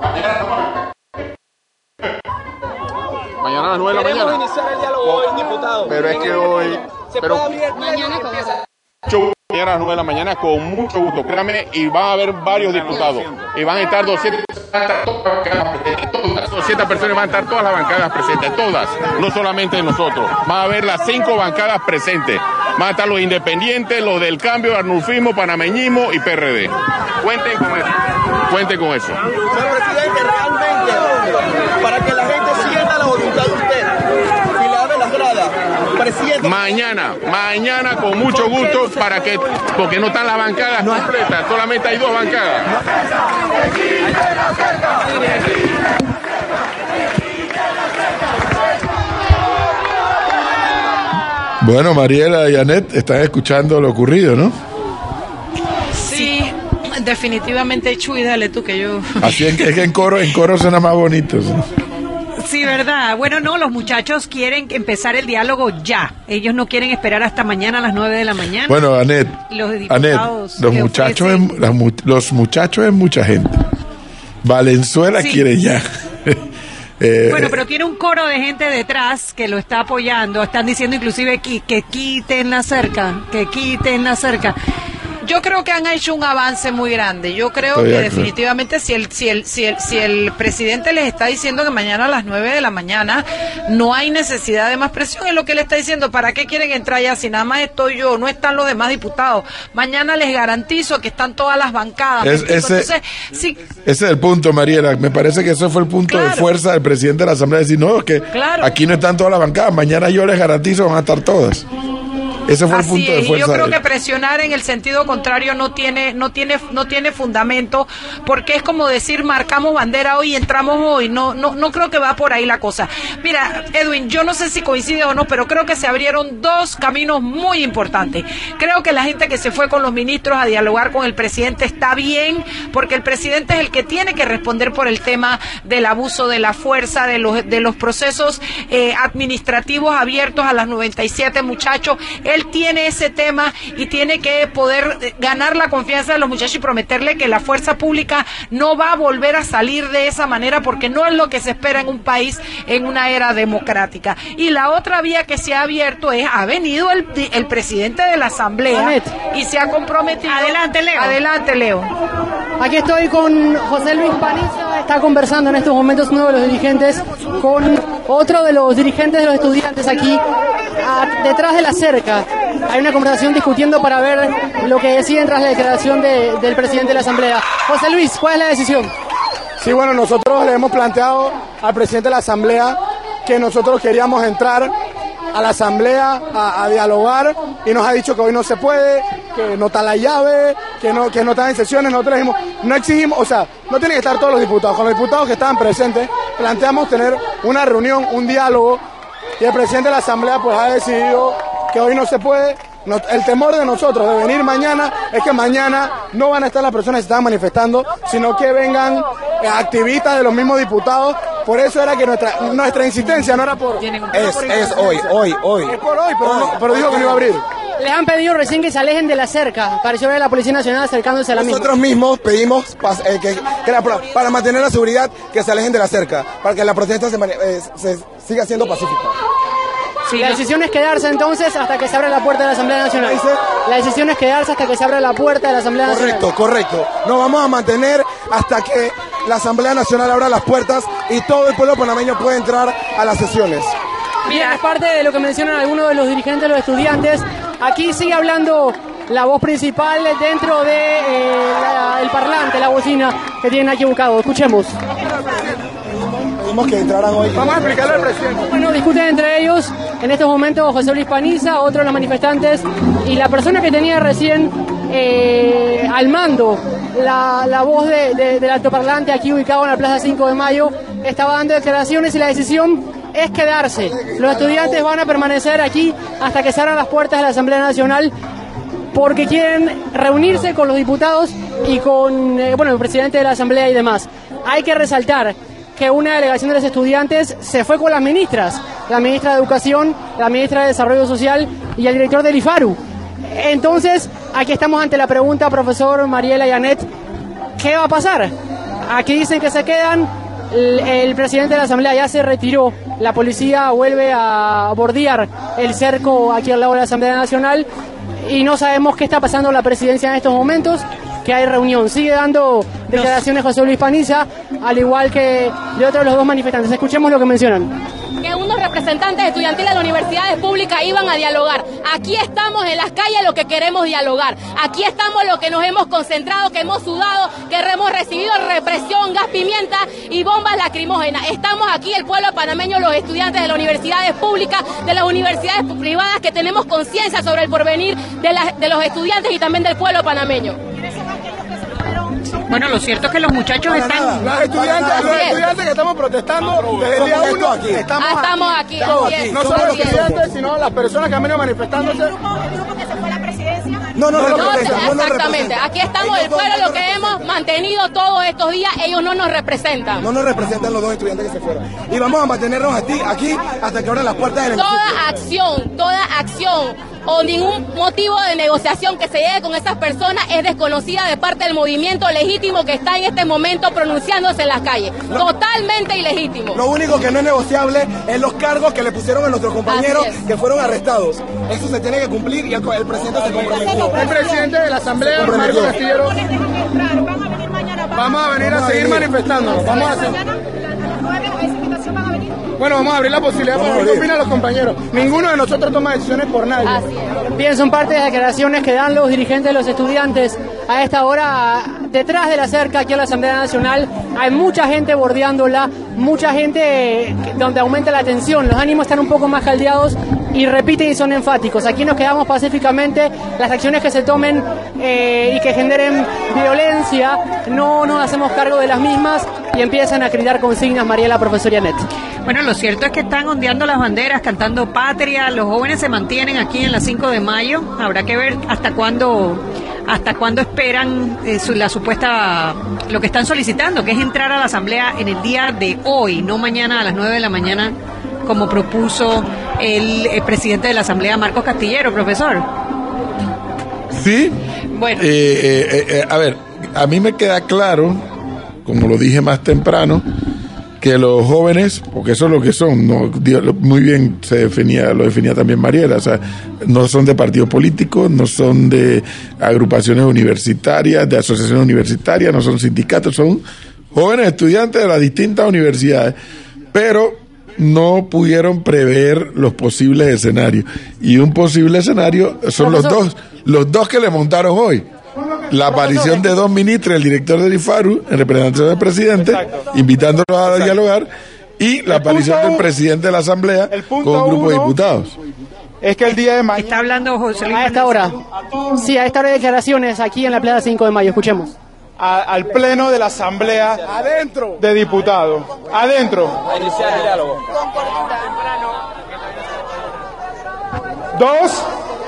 Mañana a las nueve de la Queremos mañana. iniciar el diálogo hoy, diputado. Pero es que hoy. Se Pero puede abrir el pleno y empieza. mucho gusto, mañana a las nueve de la mañana con mucho gusto, créame, y van a haber varios diputados. Y van a estar doscientas, todas, doscientas personas, van a estar todas las bancadas presentes, todas, no solamente nosotros. Van a haber las cinco bancadas presentes. Van a estar los independientes, los del cambio, arnulfismo, panameñismo y P R D. Cuenten con eso. Cuenten con eso. Señor presidente, realmente, para que la gente sienta la voluntad de usted, si le abre las gradas, presidente. Mañana, mañana con mucho gusto para que, porque no están las bancadas completas, solamente hay dos bancadas. Bueno, Mariela y Anet están escuchando lo ocurrido, ¿no? Sí, definitivamente, Chuy, dale tú que yo... Así es que, es que en coro, en coro suena más bonito. ¿sí? Sí, verdad. Bueno, no, los muchachos quieren empezar el diálogo ya. Ellos no quieren esperar hasta mañana a las nueve de la mañana. Bueno, Anet, Los Anet, diputados los le muchachos, ofrecen- es, las mu- los muchachos es mucha gente. Valenzuela Sí. quiere ya. Eh, Bueno, pero tiene un coro de gente detrás que lo está apoyando. Están diciendo inclusive que, que quiten la cerca, que quiten la cerca. Yo creo que han hecho un avance muy grande. Yo creo Estoy que de acuerdo. definitivamente si el, si el, si el, si el presidente les está diciendo que mañana a las nueve de la mañana no hay necesidad de más presión, es lo que le está diciendo. ¿Para qué quieren entrar ya? Si nada más estoy yo, no están los demás diputados. Mañana les garantizo que están todas las bancadas. ¿me Es- explico? ese- Entonces, sí, Ese es el punto, Mariela. Me parece que eso fue el punto de Claro. fuerza del presidente de la Asamblea. Decir, no, que Claro. aquí no están todas las bancadas. Mañana yo les garantizo van a estar todas. Ese fue el así punto es, de y fuerza. yo creo de- que presionar en el sentido contrario no tiene, no tiene, no tiene fundamento, porque es como decir marcamos bandera hoy y entramos hoy. No, no, no creo que va por ahí la cosa. Mira, Edwin, yo no sé si coincide o no, pero creo que se abrieron dos caminos muy importantes. Creo que la gente que se fue con los ministros a dialogar con el presidente está bien, porque el presidente es el que tiene que responder por el tema del abuso de la fuerza, de los, de los procesos eh, administrativos abiertos a las noventa y siete muchachos. Él tiene ese tema y tiene que poder eh, ganar la confianza de los muchachos y prometerle que la fuerza pública no va a volver a salir de esa manera, porque no es lo que se espera en un país en una era democrática. Y la otra vía que se ha abierto es, ha venido el, el presidente de la Asamblea Anet. y se ha comprometido. Adelante, Leo. Adelante, Leo. Aquí estoy con José Luis Paniza, está conversando en estos momentos uno de los dirigentes con otro de los dirigentes de los estudiantes aquí a- detrás de la cerca. Hay una conversación discutiendo para ver lo que deciden tras la declaración de- del presidente de la Asamblea. José Luis, ¿cuál es la decisión? Sí, bueno, nosotros le hemos planteado al presidente de la Asamblea que nosotros queríamos entrar a la Asamblea a, a dialogar y nos ha dicho que hoy no se puede, que no está la llave, que no, que no están en sesiones. Nosotros dijimos, no exigimos, o sea, no tienen que estar todos los diputados. Con los diputados que estaban presentes, planteamos tener una reunión, un diálogo, y el presidente de la Asamblea pues ha decidido que hoy no se puede, No, el temor de nosotros de venir mañana es que mañana no van a estar las personas que se están manifestando, sino que vengan eh, activistas de los mismos diputados. Por eso era que nuestra nuestra insistencia no era por... Es, es hoy, hoy, hoy. Es por hoy, pero, no, pero dijo que no iba a abrir. Les han pedido recién que se alejen de la cerca. Pareció ver a la Policía Nacional acercándose a la misma. Nosotros mismos pedimos eh, que, que la, para mantener la seguridad que se alejen de la cerca, para que la protesta se, eh, se siga siendo pacífica. Sí, la decisión es quedarse entonces hasta que se abra la puerta de la Asamblea Nacional. La decisión es quedarse hasta que se abra la puerta de la Asamblea Nacional. Correcto, correcto. Nos vamos a mantener hasta que la Asamblea Nacional abra las puertas y todo el pueblo panameño pueda entrar a las sesiones. Bien, es parte de lo que mencionan algunos de los dirigentes de los estudiantes. Aquí sigue hablando la voz principal dentro del de, eh, parlante, la bocina que tienen aquí ubicado. Escuchemos. Pedimos que entraran hoy. Vamos a explicarle al presidente. Bueno, discuten entre ellos en estos momentos José Luis Paniza, otro de los manifestantes, y la persona que tenía recién eh, al mando la, la voz de, de, del altoparlante aquí ubicado en la Plaza cinco de Mayo, estaba dando declaraciones y la decisión es quedarse. Los estudiantes van a permanecer aquí hasta que se abran las puertas de la Asamblea Nacional porque quieren reunirse con los diputados y con eh, bueno, el presidente de la Asamblea y demás. Hay que resaltar que una delegación de los estudiantes se fue con las ministras, la ministra de Educación, la ministra de Desarrollo Social y el director del IFARU. Entonces, aquí estamos ante la pregunta, profesor Mariela Yanet, ¿qué va a pasar? Aquí dicen que se quedan, el, el presidente de la Asamblea ya se retiró, la policía vuelve a bordear el cerco aquí al lado de la Asamblea Nacional y no sabemos qué está pasando en la presidencia en estos momentos, que hay reunión. Sigue dando declaraciones José Luis Paniza, al igual que de otros de los dos manifestantes. Escuchemos lo que mencionan. Que unos representantes estudiantiles de las universidades públicas iban a dialogar. Aquí estamos en las calles lo que queremos dialogar. Aquí estamos lo que nos hemos concentrado, que hemos sudado, que hemos recibido represión, gas pimienta y bombas lacrimógenas. Estamos aquí el pueblo panameño, los estudiantes de las universidades públicas, de las universidades privadas, que tenemos conciencia sobre el porvenir de, la, de los estudiantes y también del pueblo panameño. Bueno, lo cierto es que los muchachos están... Los estudiantes, los estudiantes que estamos protestando desde el día uno aquí. Estamos, ah, estamos aquí. aquí. aquí. No solo los estudiantes, sino las personas que han venido manifestándose. No, no, no, no, no, exactamente. Aquí estamos el pueblo, lo que hemos mantenido todos estos días, ellos no nos representan. No nos representan los dos estudiantes que se fueron. Y vamos a mantenernos aquí, aquí hasta que abran las puertas del Toda acción, toda acción o ningún motivo de negociación que se llegue con esas personas es desconocida de parte del movimiento legítimo que está en este momento pronunciándose en las calles. No. Totalmente ilegítimo. Lo único que no es negociable es los cargos que le pusieron a nuestros compañeros que fueron arrestados. Eso se tiene que cumplir y el, el presidente se comprometió. El presidente de la Asamblea, Marco Castillo, vamos a venir a seguir manifestándonos. Vamos a hacer... Bueno, vamos a abrir la posibilidad para ver qué opinan los compañeros. Ninguno de nosotros toma decisiones por nadie. Así es. Bien, son parte de las declaraciones que dan los dirigentes de los estudiantes a esta hora detrás de la cerca aquí en la Asamblea Nacional. Hay mucha gente bordeándola, mucha gente donde aumenta la tensión, los ánimos están un poco más caldeados y repiten y son enfáticos. Aquí nos quedamos pacíficamente, las acciones que se tomen eh, y que generen violencia, no nos hacemos cargo de las mismas y empiezan a gritar consignas, Mariela, profesora Yanet. Bueno, lo cierto es que están ondeando las banderas, cantando patria, los jóvenes se mantienen aquí en la cinco de mayo, habrá que ver hasta cuándo hasta cuándo esperan eh, su, la supuesta, lo que están solicitando, que es entrar a la asamblea en el día de hoy, no mañana a las nueve de la mañana, como propuso el, el presidente de la asamblea, Marcos Castillero, profesor. Sí, bueno. Eh, eh, eh, a ver, a mí me queda claro, como lo dije más temprano, que los jóvenes, porque eso es lo que son, no, muy bien se definía, lo definía también Mariela, o sea, no son de partidos políticos, no son de agrupaciones universitarias, de asociaciones universitarias, no son sindicatos, son jóvenes estudiantes de las distintas universidades, pero no pudieron prever los posibles escenarios, y un posible escenario son los dos, los dos que le montaron hoy. La aparición de dos ministros, el director del IFARU, en representación del presidente, invitándolos a Exacto. dialogar, y la el aparición del presidente de la Asamblea con un grupo de diputados. Es que el día de mañana... Está hablando José Luis. A esta hora. Sí, a esta hora de declaraciones aquí en la Plaza cinco de Mayo. Escuchemos. A, al pleno de la Asamblea adentro de diputados. Adentro. A iniciar el diálogo. Dos.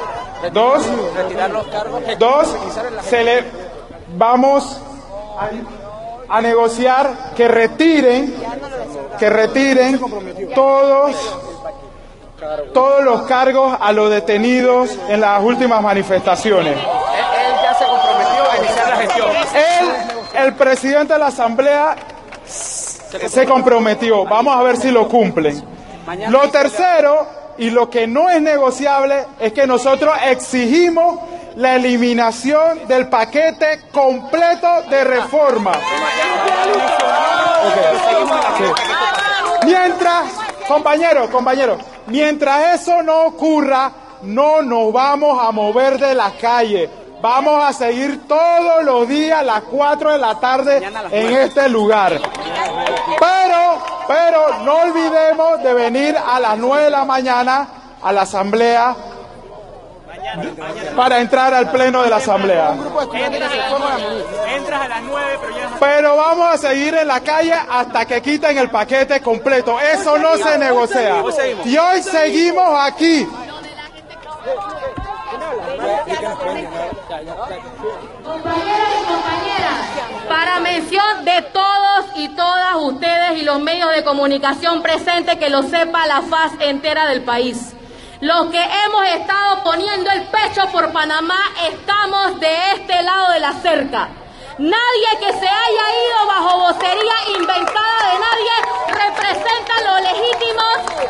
Dos, dos, se le vamos a, a negociar que retiren, que retiren todos, todos los cargos a los detenidos en las últimas manifestaciones. Él ya se comprometió a iniciar la gestión. Él, el presidente de la Asamblea, se comprometió. Vamos a ver si lo cumplen. Lo tercero, y lo que no es negociable, es que nosotros exigimos la eliminación del paquete completo de reforma. Okay. Sí. Mientras, compañeros, compañeros, mientras eso no ocurra, no nos vamos a mover de la calle. Vamos a seguir todos los días a las cuatro de la tarde en este lugar. Pero, pero no olvidemos de venir a las nueve de la mañana a la asamblea para entrar al pleno de la asamblea. Entras a las nueve, pero ya no... Pero vamos a seguir en la calle hasta que quiten el paquete completo. Eso no se negocia. Y hoy seguimos aquí. Compañeros y compañeras, para mención de todos y todas ustedes y los medios de comunicación presentes, que lo sepa la faz entera del país, los que hemos estado poniendo el pecho por Panamá estamos de este lado de la cerca. Nadie que se haya ido bajo vocería inventada de nadie representa los legítimos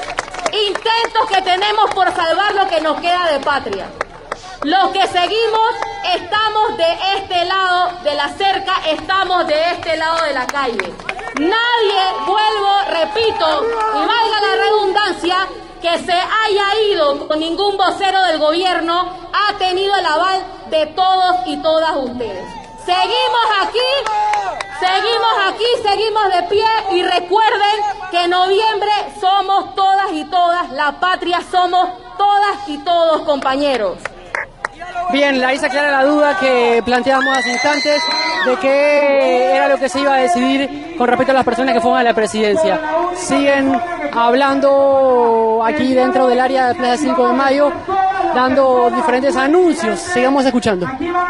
intentos que tenemos por salvar lo que nos queda de patria. Los que seguimos estamos de este lado de la cerca, estamos de este lado de la calle. Nadie, vuelvo, repito, y valga la redundancia, que se haya ido con ningún vocero del gobierno ha tenido el aval de todos y todas ustedes. Seguimos aquí, seguimos aquí, seguimos de pie, y recuerden que en noviembre somos todas y todas, la patria somos todas y todos, compañeros. Bien, Larisa aclara la duda que planteábamos hace instantes de qué era lo que se iba a decidir con respecto a las personas que fueron a la presidencia. Siguen hablando aquí dentro del área de Plaza cinco de Mayo, dando diferentes anuncios. Sigamos escuchando.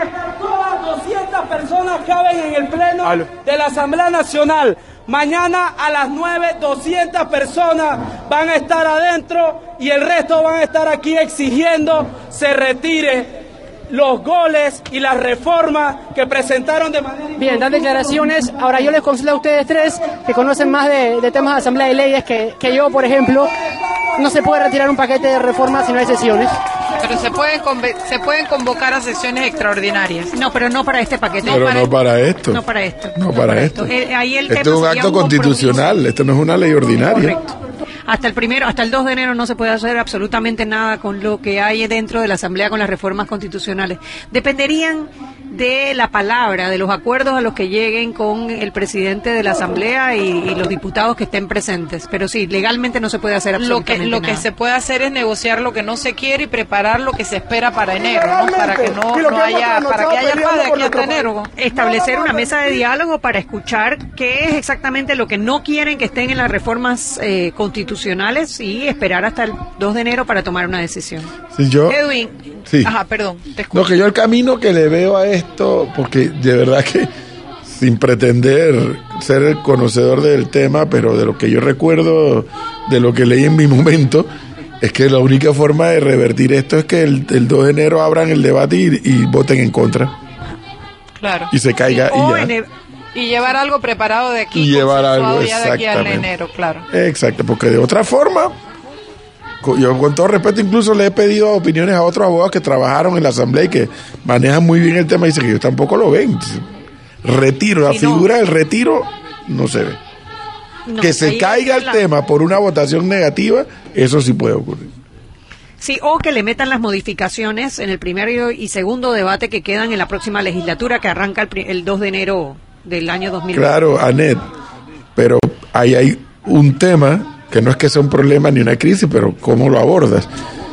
doscientas personas caben en el pleno de la Asamblea Nacional. Mañana a las nueve, doscientas personas van a estar adentro y el resto van a estar aquí exigiendo se retire los goles y las reformas que presentaron de manera... Bien, dan declaraciones. Ahora yo les consulto a ustedes tres, que conocen más de, de temas de asamblea de leyes que, que yo, por ejemplo. No se puede retirar un paquete de reformas si no hay sesiones. Pero se pueden se pueden convocar a sesiones extraordinarias. No, pero no para este paquete. Pero no para, no para esto. No para esto. No, no para, para esto. esto. Eh, ahí el esto es un acto un constitucional, esto no es una ley ordinaria. Correcto. Hasta el primero, hasta el dos de enero no se puede hacer absolutamente nada con lo que hay dentro de la Asamblea con las reformas constitucionales. Dependerían de la palabra, de los acuerdos a los que lleguen con el presidente de la Asamblea y, y los diputados que estén presentes. Pero sí, legalmente no se puede hacer absolutamente lo que, lo nada. que se puede hacer es negociar lo que no se quiere y preparar lo que se espera para enero, ¿no? Para que no, no haya, para que haya paz de aquí hasta enero. Establecer una mesa de diálogo para escuchar qué es exactamente lo que no quieren que estén en las reformas eh, constitucionales y esperar hasta el dos de enero para tomar una decisión. Sí, yo, Edwin, sí. Ajá, perdón, te escucho. No, que yo el camino que le veo a esto, porque de verdad que sin pretender ser el conocedor del tema, pero de lo que yo recuerdo, de lo que leí en mi momento, es que la única forma de revertir esto es que el, el dos de enero abran el debate y, y voten en contra. Claro. Y se caiga Sí, y ya. el, y llevar algo preparado de aquí, Y llevar algo, ya de aquí al exactamente. enero, claro. Exacto, porque de otra forma, co- yo con todo respeto incluso le he pedido opiniones a otros abogados que trabajaron en la asamblea y que manejan muy bien el tema y dicen que ellos tampoco lo ven. Retiro, la Y no. figura del retiro no se ve. No, que se ahí caiga el la- tema por una votación negativa, eso sí puede ocurrir. Sí, o que le metan las modificaciones en el primer y segundo debate que quedan en la próxima legislatura que arranca el, pri- el dos de enero del año dos mil veinte. Claro, Anet, pero ahí hay un tema que no es que sea un problema ni una crisis, pero ¿cómo lo abordas?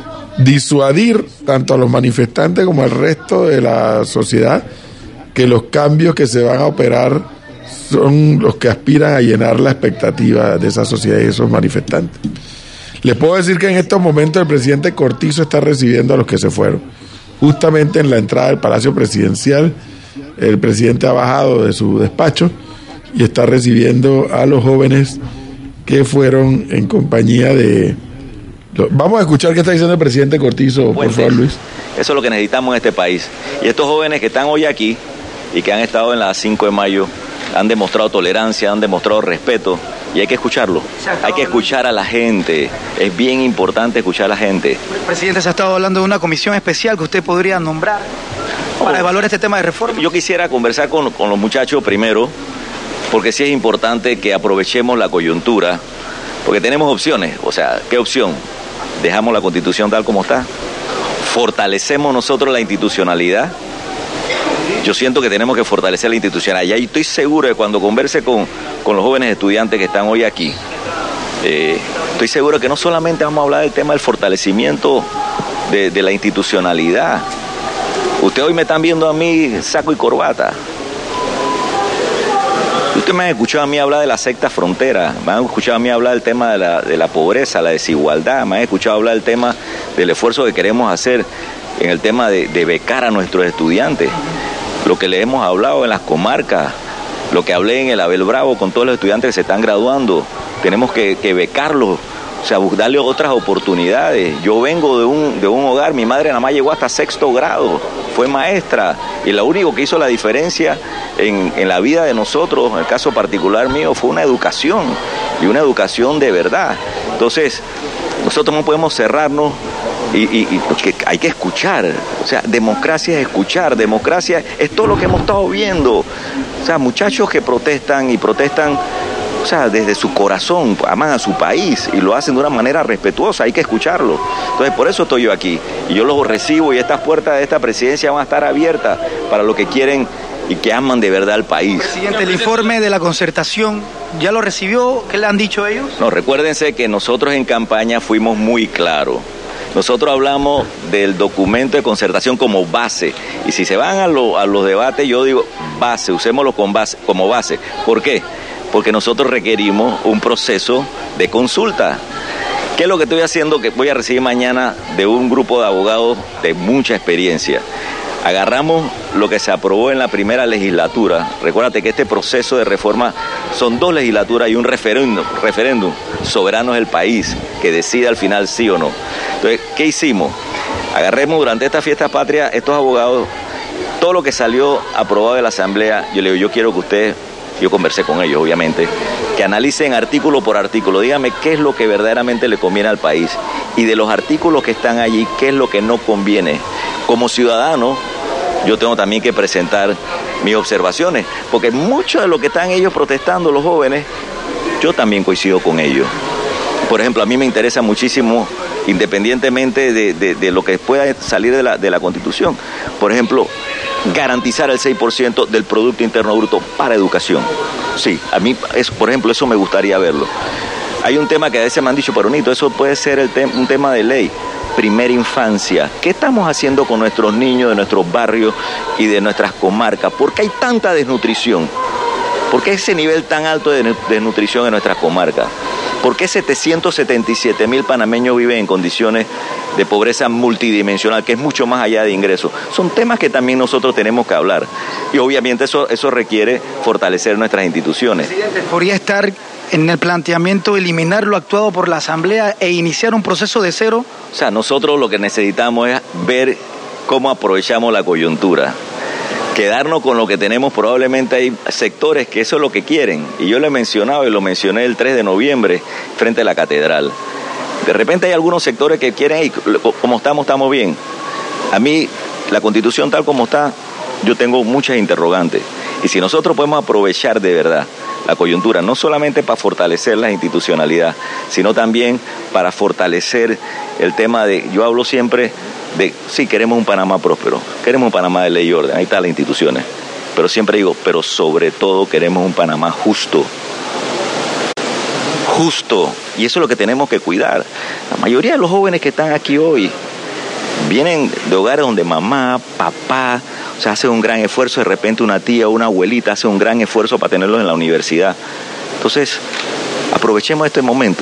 Disuadir tanto a los manifestantes como al resto de la sociedad que los cambios que se van a operar son los que aspiran a llenar la expectativa de esa sociedad y de esos manifestantes. Les puedo decir que en estos momentos el presidente Cortizo está recibiendo a los que se fueron. Justamente en la entrada del Palacio Presidencial, el presidente ha bajado de su despacho y está recibiendo a los jóvenes que fueron en compañía de... Vamos a escuchar qué está diciendo el presidente Cortizo, por favor, Luis. Eso es lo que necesitamos en este país. Y estos jóvenes que están hoy aquí y que han estado en la cinco de mayo han demostrado tolerancia, han demostrado respeto y hay que escucharlo. Hay que escuchar a la gente. Es bien importante escuchar a la gente. Presidente, se ha estado hablando de una comisión especial que usted podría nombrar para evaluar este tema de reforma. Yo quisiera conversar con, con los muchachos primero, porque sí es importante que aprovechemos la coyuntura, porque tenemos opciones. O sea, ¿qué opción? ¿Dejamos la Constitución tal como está? ¿Fortalecemos nosotros la institucionalidad? Yo siento que tenemos que fortalecer la institucionalidad y estoy seguro de cuando converse con, con los jóvenes estudiantes que están hoy aquí, eh, estoy seguro que no solamente vamos a hablar del tema del fortalecimiento de, de la institucionalidad. Ustedes hoy me están viendo a mí saco y corbata. Ustedes me han escuchado a mí hablar de la sexta frontera, me han escuchado a mí hablar del tema de la, de la pobreza, la desigualdad, me han escuchado hablar del tema del esfuerzo que queremos hacer en el tema de, de becar a nuestros estudiantes, lo que les hemos hablado en las comarcas, lo que hablé en el Abel Bravo con todos los estudiantes que se están graduando, tenemos que, que becarlos, o sea, darle otras oportunidades. Yo vengo de un, de un hogar, mi madre nada más llegó hasta sexto grado, fue maestra, y lo único que hizo la diferencia en, en la vida de nosotros, en el caso particular mío, fue una educación, y una educación de verdad. Entonces, nosotros no podemos cerrarnos y, y, y porque hay que escuchar. O sea, democracia es escuchar, democracia es todo lo que hemos estado viendo. O sea, muchachos que protestan y protestan, o sea, desde su corazón, aman a su país y lo hacen de una manera respetuosa, hay que escucharlo. Entonces, por eso estoy yo aquí. Y yo los recibo y estas puertas de esta presidencia van a estar abiertas para los que quieren y que aman de verdad al país. Presidente, el informe de la concertación, ¿ya lo recibió? ¿Qué le han dicho ellos? No, recuérdense que nosotros en campaña fuimos muy claros. Nosotros hablamos del documento de concertación como base. Y si se van a, lo, a los debates, yo digo base, usémoslo con base, como base. ¿Por qué? Porque nosotros requerimos un proceso de consulta. ¿Qué es lo que estoy haciendo? Que voy a recibir mañana de un grupo de abogados de mucha experiencia. Agarramos lo que se aprobó en la primera legislatura. Recuérdate que este proceso de reforma son dos legislaturas y un referéndum, referéndum. Soberano es el país que decide al final sí o no. Entonces, ¿qué hicimos? Agarremos durante esta fiesta patria estos abogados, todo lo que salió aprobado de la Asamblea. Yo le digo, yo quiero que ustedes, yo conversé con ellos obviamente, que analicen artículo por artículo, díganme qué es lo que verdaderamente le conviene al país y de los artículos que están allí, qué es lo que no conviene. Como ciudadano, yo tengo también que presentar mis observaciones, porque mucho de lo que están ellos protestando, los jóvenes, yo también coincido con ellos. Por ejemplo, a mí me interesa muchísimo, independientemente de, de, de lo que pueda salir de la, de la Constitución, por ejemplo, garantizar el seis por ciento del Producto Interno Bruto para educación. Sí, a mí, eso, por ejemplo, eso me gustaría verlo. Hay un tema que a veces me han dicho, pero Nito, eso puede ser el te- un tema de ley. Primera infancia. ¿Qué estamos haciendo con nuestros niños de nuestros barrios y de nuestras comarcas? ¿Por qué hay tanta desnutrición? ¿Por qué ese nivel tan alto de desnutrición en nuestras comarcas? ¿Por qué setecientos setenta y siete mil panameños viven en condiciones de pobreza multidimensional, que es mucho más allá de ingresos? Son temas que también nosotros tenemos que hablar. Y obviamente eso, eso requiere fortalecer nuestras instituciones. Presidente, ¿podría estar en el planteamiento eliminar lo actuado por la Asamblea e iniciar un proceso de cero? O sea, nosotros lo que necesitamos es ver cómo aprovechamos la coyuntura. Quedarnos con lo que tenemos, probablemente hay sectores que eso es lo que quieren. Y yo lo he mencionado y lo mencioné el tres de noviembre frente a la catedral. De repente hay algunos sectores que quieren, hey, como estamos, estamos bien. A mí, la Constitución tal como está, yo tengo muchas interrogantes. Y si nosotros podemos aprovechar de verdad la coyuntura, no solamente para fortalecer la institucionalidad, sino también para fortalecer el tema de, yo hablo siempre de, sí, queremos un Panamá próspero, queremos un Panamá de ley y orden, ahí están las instituciones, pero siempre digo, pero sobre todo queremos un Panamá justo, justo, y eso es lo que tenemos que cuidar. La mayoría de los jóvenes que están aquí hoy vienen de hogares donde mamá, papá, o sea, hace un gran esfuerzo, de repente una tía o una abuelita hace un gran esfuerzo para tenerlos en la universidad. Entonces, aprovechemos este momento.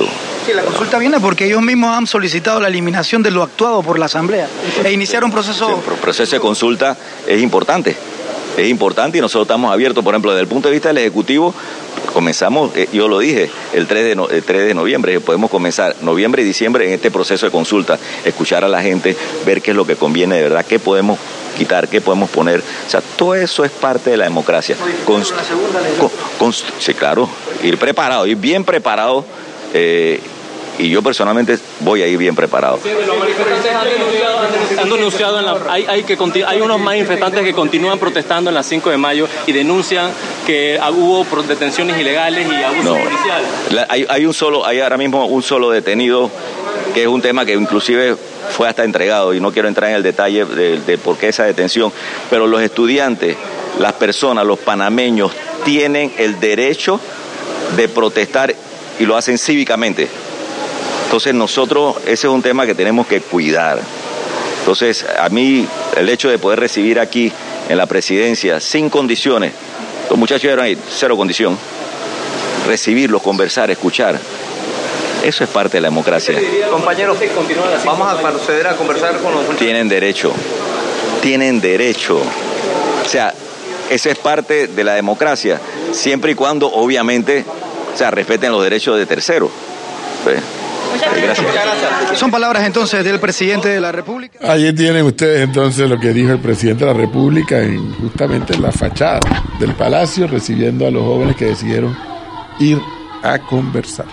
Sí, la consulta viene porque ellos mismos han solicitado la eliminación de lo actuado por la Asamblea e iniciar un proceso... Sí, el proceso de consulta es importante, es importante y nosotros estamos abiertos, por ejemplo, desde el punto de vista del Ejecutivo, comenzamos, eh, yo lo dije, el tres de, no, el tres de noviembre, podemos comenzar noviembre y diciembre en este proceso de consulta, escuchar a la gente, ver qué es lo que conviene de verdad, qué podemos quitar, qué podemos poner, o sea, todo eso es parte de la democracia. Const con, con, sí, claro, ir preparado, ir bien preparado, eh, y yo personalmente voy a ir bien preparado. Los manifestantes han denunciado, han denunciado en la, hay, hay, que, hay unos manifestantes que continúan protestando en la cinco de mayo y denuncian que hubo detenciones ilegales y abuso no, policial. La, hay, hay un solo, hay ahora mismo un solo detenido, que es un tema que inclusive fue hasta entregado, y no quiero entrar en el detalle de, de por qué esa detención, pero los estudiantes, las personas, los panameños tienen el derecho de protestar y lo hacen cívicamente. Entonces nosotros, ese es un tema que tenemos que cuidar. Entonces a mí el hecho de poder recibir aquí en la presidencia sin condiciones, los muchachos eran ahí, cero condición, recibirlos, conversar, escuchar, eso es parte de la democracia. Compañeros, vamos a proceder a conversar con los... Tienen derecho, tienen derecho. O sea, eso es parte de la democracia, siempre y cuando obviamente, o sea, respeten los derechos de terceros. ¿Ves? Gracias. Son palabras entonces del presidente de la República. Allí tienen ustedes entonces lo que dijo el presidente de la República en, justamente en la fachada del Palacio, recibiendo a los jóvenes que decidieron ir a conversar.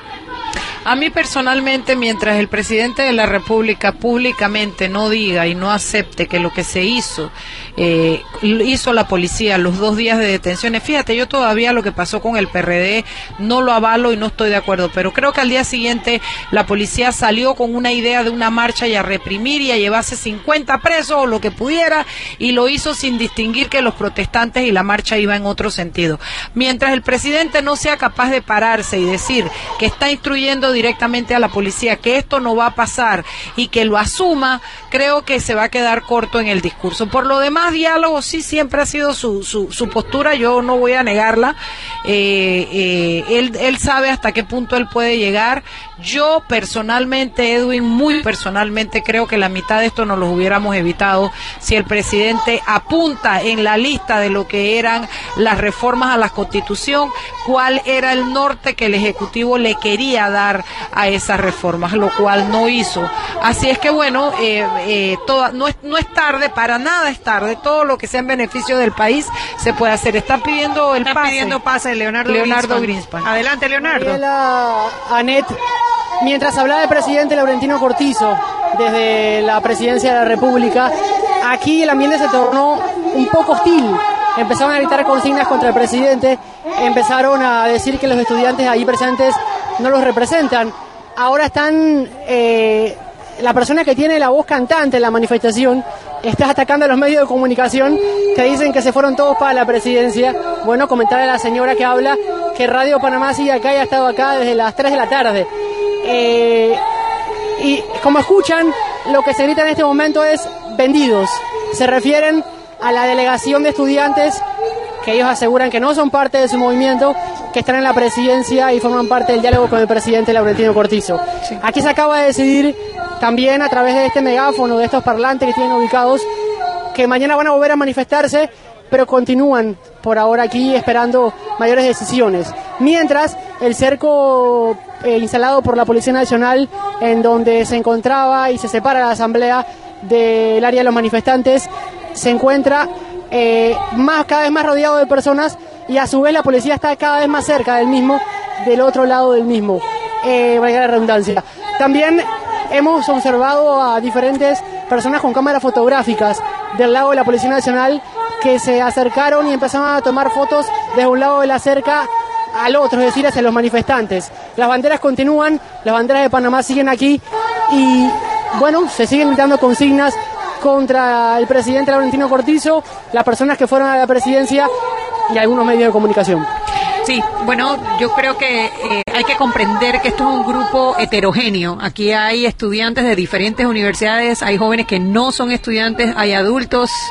A mí personalmente, mientras el presidente de la República públicamente no diga y no acepte que lo que se hizo, eh, hizo la policía los dos días de detenciones, fíjate, yo todavía lo que pasó con el P R D no lo avalo y no estoy de acuerdo, pero creo que al día siguiente la policía salió con una idea de una marcha y a reprimir y a llevarse cincuenta presos o lo que pudiera, y lo hizo sin distinguir que los protestantes y la marcha iba en otro sentido. Mientras el presidente no sea capaz de pararse y decir que está instruyendo directamente a la policía que esto no va a pasar y que lo asuma, creo que se va a quedar corto en el discurso. Por lo demás, diálogo sí siempre ha sido su, su, su postura, yo no voy a negarla. Eh, eh, él, él sabe hasta qué punto él puede llegar. Yo personalmente, Edwin, muy personalmente, creo que la mitad de esto nos lo hubiéramos evitado si el presidente apunta en la lista de lo que eran las reformas a la Constitución, cuál era el norte que el Ejecutivo le quería dar a esas reformas, lo cual no hizo. Así es que bueno, eh, eh, toda, no, es, no es tarde, para nada es tarde, todo lo que sea en beneficio del país se puede hacer. Están pidiendo el Están pase. pidiendo pase, Leonardo, Leonardo Greenspan. Adelante, Leonardo. Mariela, Anet, mientras hablaba el presidente Laurentino Cortizo desde la presidencia de la República, aquí el ambiente se tornó un poco hostil. Empezaron a gritar consignas contra el presidente, empezaron a decir que los estudiantes ahí presentes no los representan. Ahora están, eh, la persona que tiene la voz cantante en la manifestación está atacando a los medios de comunicación que dicen que se fueron todos para la presidencia. Bueno, comentarle a la señora que habla que Radio Panamá sigue acá y ha estado acá desde las tres de la tarde. Eh, y como escuchan, lo que se grita en este momento es vendidos. Se refieren a la delegación de estudiantes que ellos aseguran que no son parte de su movimiento, que están en la presidencia y forman parte del diálogo con el presidente Laurentino Cortizo. Sí. Aquí se acaba de decidir también a través de este megáfono, de estos parlantes que tienen ubicados, que mañana van a volver a manifestarse, pero continúan por ahora aquí esperando mayores decisiones. Mientras, el cerco eh, instalado por la Policía Nacional, en donde se encontraba y se separa la asamblea del área de los manifestantes, se encuentra eh, más, cada vez más rodeado de personas, y a su vez la policía está cada vez más cerca del mismo, del otro lado del mismo, eh, valga la redundancia. También hemos observado a diferentes personas con cámaras fotográficas del lado de la Policía Nacional que se acercaron y empezaron a tomar fotos desde un lado de la cerca al otro, es decir, hacia los manifestantes. Las banderas continúan, las banderas de Panamá siguen aquí y, bueno, se siguen gritando consignas contra el presidente Laurentino Cortizo, las personas que fueron a la presidencia y algunos medios de comunicación. Sí, bueno, yo creo que eh, hay que comprender que esto es un grupo heterogéneo. Aquí hay estudiantes de diferentes universidades, hay jóvenes que no son estudiantes, hay adultos,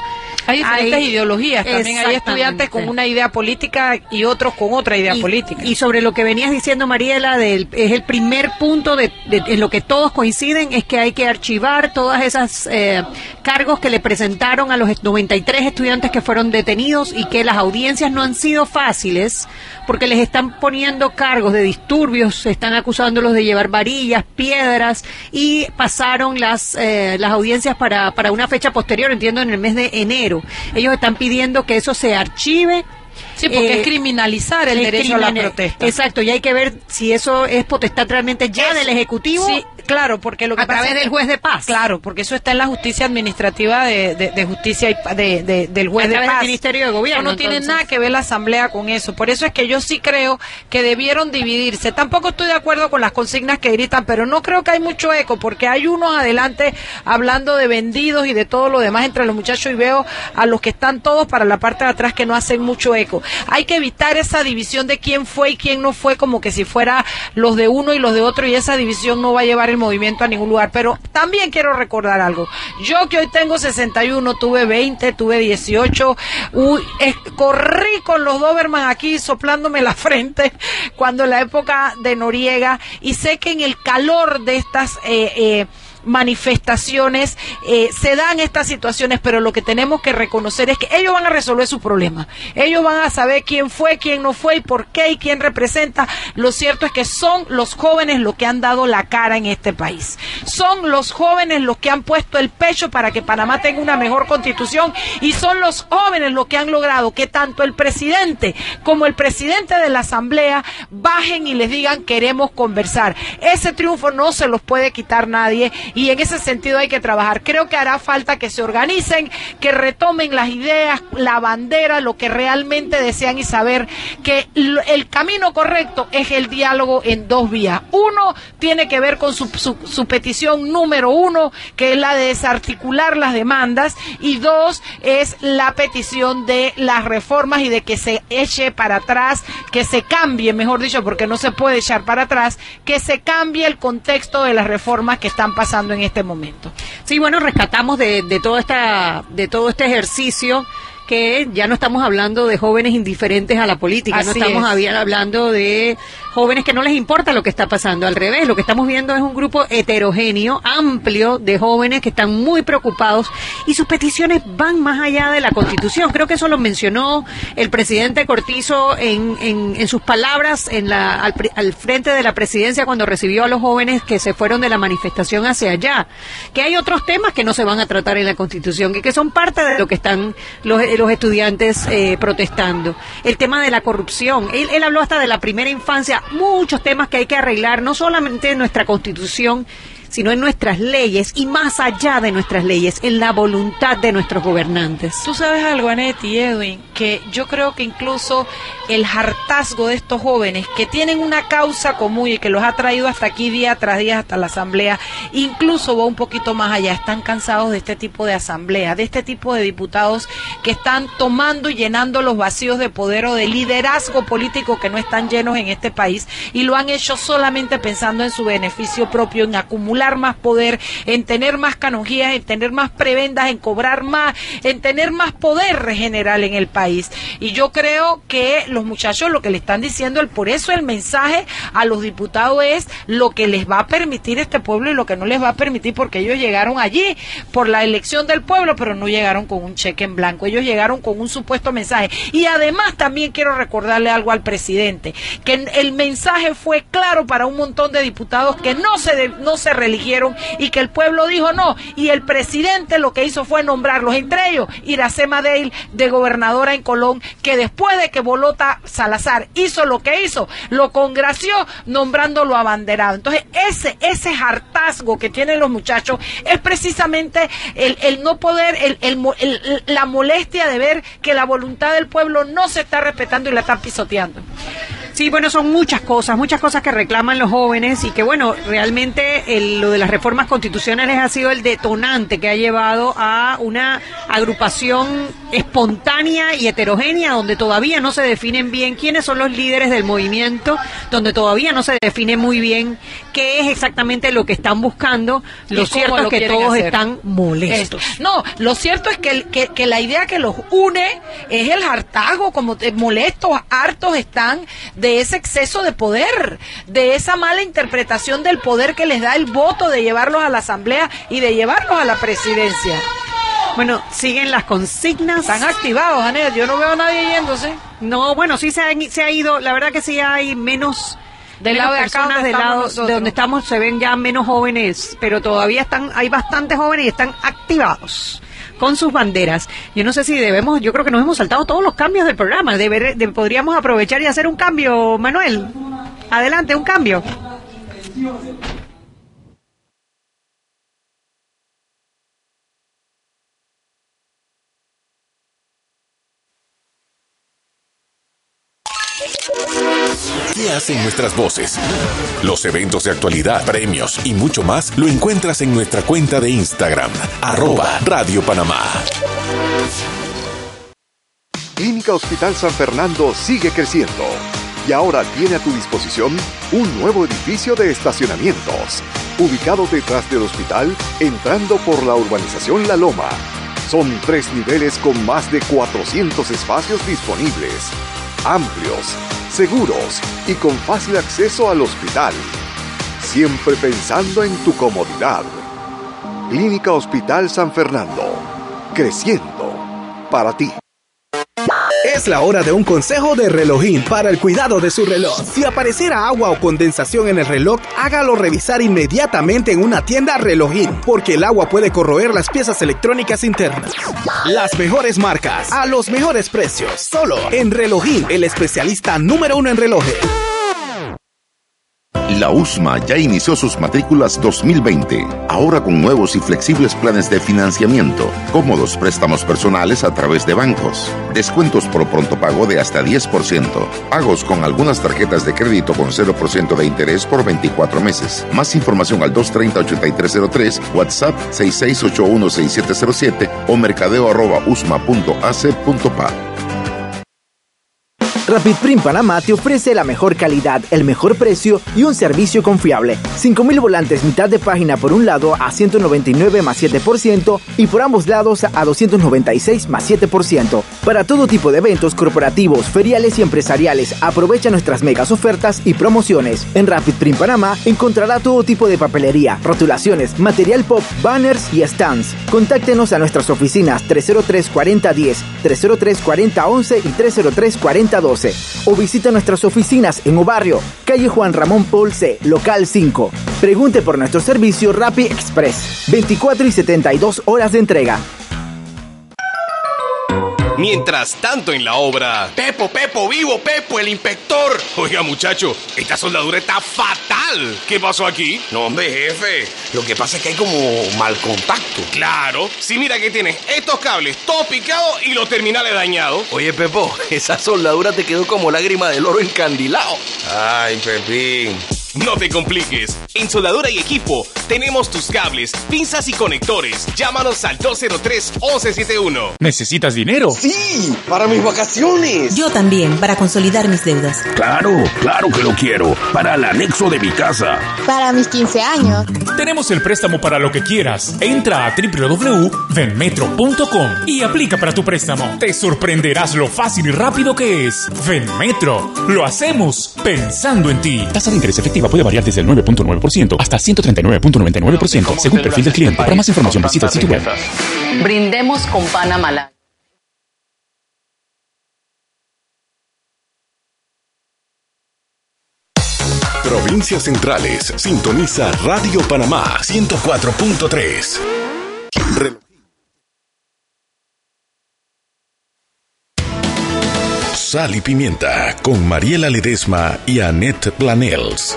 Hay diferentes hay, ideologías, también hay estudiantes con una idea política y otros con otra idea y, política. Y sobre lo que venías diciendo, Mariela, del, es el primer punto de, de, en lo que todos coinciden, es que hay que archivar todas esas eh, cargos que le presentaron a los noventa y tres estudiantes que fueron detenidos y que las audiencias no han sido fáciles porque les están poniendo cargos de disturbios, están acusándolos de llevar varillas, piedras, y pasaron las eh, las audiencias para, para una fecha posterior, entiendo, en el mes de enero. Ellos están pidiendo que eso se archive. Sí, porque eh, es criminalizar el es derecho a la criminal, protesta. Exacto, y hay que ver si eso es potestad realmente ya es, del Ejecutivo. Sí, claro, porque lo que a pasa través es que, del juez de paz. Claro, porque eso está en la justicia administrativa de, de, de justicia y de, de, del juez a de través paz. del Ministerio de Gobierno. No entonces. tiene nada que ver la Asamblea con eso. Por eso es que yo sí creo que debieron dividirse. Tampoco estoy de acuerdo con las consignas que gritan, pero no creo que hay mucho eco, porque hay unos adelante hablando de vendidos y de todo lo demás entre los muchachos, y veo a los que están todos para la parte de atrás que no hacen mucho eco. Hay que evitar esa división de quién fue y quién no fue, como que si fuera los de uno y los de otro, y esa división no va a llevar el movimiento a ningún lugar. Pero también quiero recordar algo. Yo, que hoy tengo sesenta y uno, tuve veinte, tuve dieciocho, uy, eh, corrí con los Doberman aquí soplándome la frente cuando en la época de Noriega, y sé que en el calor de estas eh, eh, manifestaciones eh, se dan estas situaciones, pero lo que tenemos que reconocer es que ellos van a resolver su problema. Ellos van a saber quién fue, quién no fue, y por qué, y quién representa. Lo cierto es que son los jóvenes los que han dado la cara en este país. Son los jóvenes los que han puesto el pecho para que Panamá tenga una mejor constitución, y son los jóvenes los que han logrado que tanto el presidente como el presidente de la Asamblea bajen y les digan: queremos conversar. Ese triunfo no se los puede quitar nadie, y en ese sentido hay que trabajar. Creo que hará falta que se organicen, que retomen las ideas, la bandera, lo que realmente desean, y saber que el camino correcto es el diálogo en dos vías. Uno tiene que ver con su, su, su petición número uno, que es la de desarticular las demandas, y dos es la petición de las reformas y de que se eche para atrás, que se cambie, mejor dicho, porque no se puede echar para atrás, que se cambie el contexto de las reformas que están pasando en este momento. Sí, bueno, rescatamos de, de todo esta, de todo este ejercicio que ya no estamos hablando de jóvenes indiferentes a la política, Así no estamos es. hablando de jóvenes que no les importa lo que está pasando, al revés, lo que estamos viendo es un grupo heterogéneo, amplio, de jóvenes que están muy preocupados, y sus peticiones van más allá de la Constitución. Creo que eso lo mencionó el presidente Cortizo en, en, en sus palabras en la, al, al frente de la presidencia, cuando recibió a los jóvenes que se fueron de la manifestación hacia allá, que hay otros temas que no se van a tratar en la Constitución, que, que son parte de lo que están los los estudiantes eh, protestando. El tema de la corrupción, él, él habló hasta de la primera infancia, muchos temas que hay que arreglar, no solamente en nuestra Constitución, sino en nuestras leyes, y más allá de nuestras leyes, en la voluntad de nuestros gobernantes. Tú sabes algo, Anet y Edwin, que yo creo que incluso el hartazgo de estos jóvenes que tienen una causa común y que los ha traído hasta aquí día tras día hasta la asamblea, incluso va un poquito más allá. Están cansados de este tipo de asamblea, de este tipo de diputados que están tomando y llenando los vacíos de poder o de liderazgo político que no están llenos en este país, y lo han hecho solamente pensando en su beneficio propio, en acumular más poder, en tener más canonjías, en tener más prebendas, en cobrar más, en tener más poder general en el país. Y yo creo que los muchachos lo que le están diciendo, el, por eso el mensaje a los diputados es lo que les va a permitir este pueblo y lo que no les va a permitir, porque ellos llegaron allí por la elección del pueblo, pero no llegaron con un cheque en blanco, ellos llegaron con un supuesto mensaje. Y además también quiero recordarle algo al presidente, que el mensaje fue claro para un montón de diputados que no se, de, no se eligieron, y que el pueblo dijo no, y el presidente lo que hizo fue nombrarlos, entre ellos Iracema Dale de gobernadora en Colón, que después de que Bolota Salazar hizo lo que hizo, lo congració nombrándolo abanderado. Entonces ese ese hartazgo que tienen los muchachos es precisamente el, el no poder, el, el, el, la molestia de ver que la voluntad del pueblo no se está respetando y la están pisoteando. Sí, bueno, son muchas cosas, muchas cosas que reclaman los jóvenes y que, bueno, realmente el, lo de las reformas constitucionales ha sido el detonante que ha llevado a una agrupación espontánea y heterogénea donde todavía no se definen bien quiénes son los líderes del movimiento, donde todavía no se define muy bien qué es exactamente lo que están buscando. Lo cierto es que todos hacer. están molestos. Esto. No, lo cierto es que, el, que, que la idea que los une es el hartazgo, como te, molestos, hartos están de ese exceso de poder, de esa mala interpretación del poder que les da el voto de llevarlos a la asamblea y de llevarlos a la presidencia. Bueno, siguen las consignas. Están activados, Anet, yo no veo a nadie yéndose. No, bueno, sí se, han, se ha ido, la verdad que sí hay menos... Del menos lado de acá personas donde del estamos lado nosotros. de donde estamos se ven ya menos jóvenes, pero todavía están, hay bastantes jóvenes y están activados con sus banderas. Yo no sé si debemos, yo creo que nos hemos saltado todos los cambios del programa. Deber, de, podríamos aprovechar y hacer un cambio, Manuel. Adelante, un cambio. ¿Qué hacen nuestras voces? Los eventos de actualidad, premios y mucho más lo encuentras en nuestra cuenta de Instagram, arroba Radio Panamá. Clínica Hospital San Fernando sigue creciendo y ahora tiene a tu disposición un nuevo edificio de estacionamientos, ubicado detrás del hospital, entrando por la urbanización La Loma. Son tres niveles con más de cuatrocientos espacios disponibles, amplios, seguros y con fácil acceso al hospital. Siempre pensando en tu comodidad. Clínica Hospital San Fernando, creciendo para ti. Es la hora de un consejo de Relojín para el cuidado de su reloj. Si apareciera agua o condensación en el reloj, hágalo revisar inmediatamente en una tienda Relojín, porque el agua puede corroer las piezas electrónicas internas. Las mejores marcas, a los mejores precios, solo en Relojín, el especialista número uno en relojes. La U S M A ya inició sus matrículas dos mil veinte, ahora con nuevos y flexibles planes de financiamiento, cómodos préstamos personales a través de bancos, descuentos por pronto pago de hasta diez por ciento, pagos con algunas tarjetas de crédito con cero por ciento de interés por veinticuatro meses. Más información al dos tres cero, ocho tres cero tres, WhatsApp seis seis ocho uno seis siete cero siete o mercadeo arroba usma punto a c punto p a. RapidPrint Panamá te ofrece la mejor calidad, el mejor precio y un servicio confiable. cinco mil volantes mitad de página por un lado a ciento noventa y nueve más siete por ciento y por ambos lados a doscientos noventa y seis más siete por ciento. Para todo tipo de eventos corporativos, feriales y empresariales, aprovecha nuestras megas ofertas y promociones. En RapidPrint Panamá encontrará todo tipo de papelería, rotulaciones, material pop, banners y stands. Contáctenos a nuestras oficinas tres cero tres, cuarenta diez, tres cero tres, cuarenta once y tres cero tres, cuarenta doce. O visita nuestras oficinas en Obarrio, calle Juan Ramón Ponce, local cinco. Pregunte por nuestro servicio Rappi Express, veinticuatro y setenta y dos horas de entrega. Mientras tanto en la obra... Pepo, Pepo, vivo, Pepo, el inspector. Oiga, muchacho, esta soldadura está fatal. ¿Qué pasó aquí? No, hombre, jefe. Lo que pasa es que hay como mal contacto. Claro. Sí, mira que tienes estos cables todos picados y los terminales dañados. Oye, Pepo, esa soldadura te quedó como lágrima del oro encandilado. Ay, Pepín. No te compliques. En Soldadura y Equipo tenemos tus cables, pinzas y conectores. Llámanos al dos cero tres, once setenta y uno. ¿Necesitas dinero? Sí, para mis vacaciones. Yo también, para consolidar mis deudas. Claro, claro que lo quiero. Para el anexo de mi casa. Para mis quince años. Tenemos el préstamo para lo que quieras. Entra a doble u doble u doble u punto venmetro punto com y aplica para tu préstamo. Te sorprenderás lo fácil y rápido que es. Venmetro. Lo hacemos pensando en ti. Tasa de interés efectiva puede variar desde el nueve punto nueve por ciento hasta ciento treinta y nueve punto noventa y nueve por ciento según perfil del cliente. Para más información visita el sitio web. Brindemos con Panamá. Provincias Centrales, sintoniza Radio Panamá ciento cuatro punto tres. Sal y Pimienta con Mariela Ledesma y Annette Planels.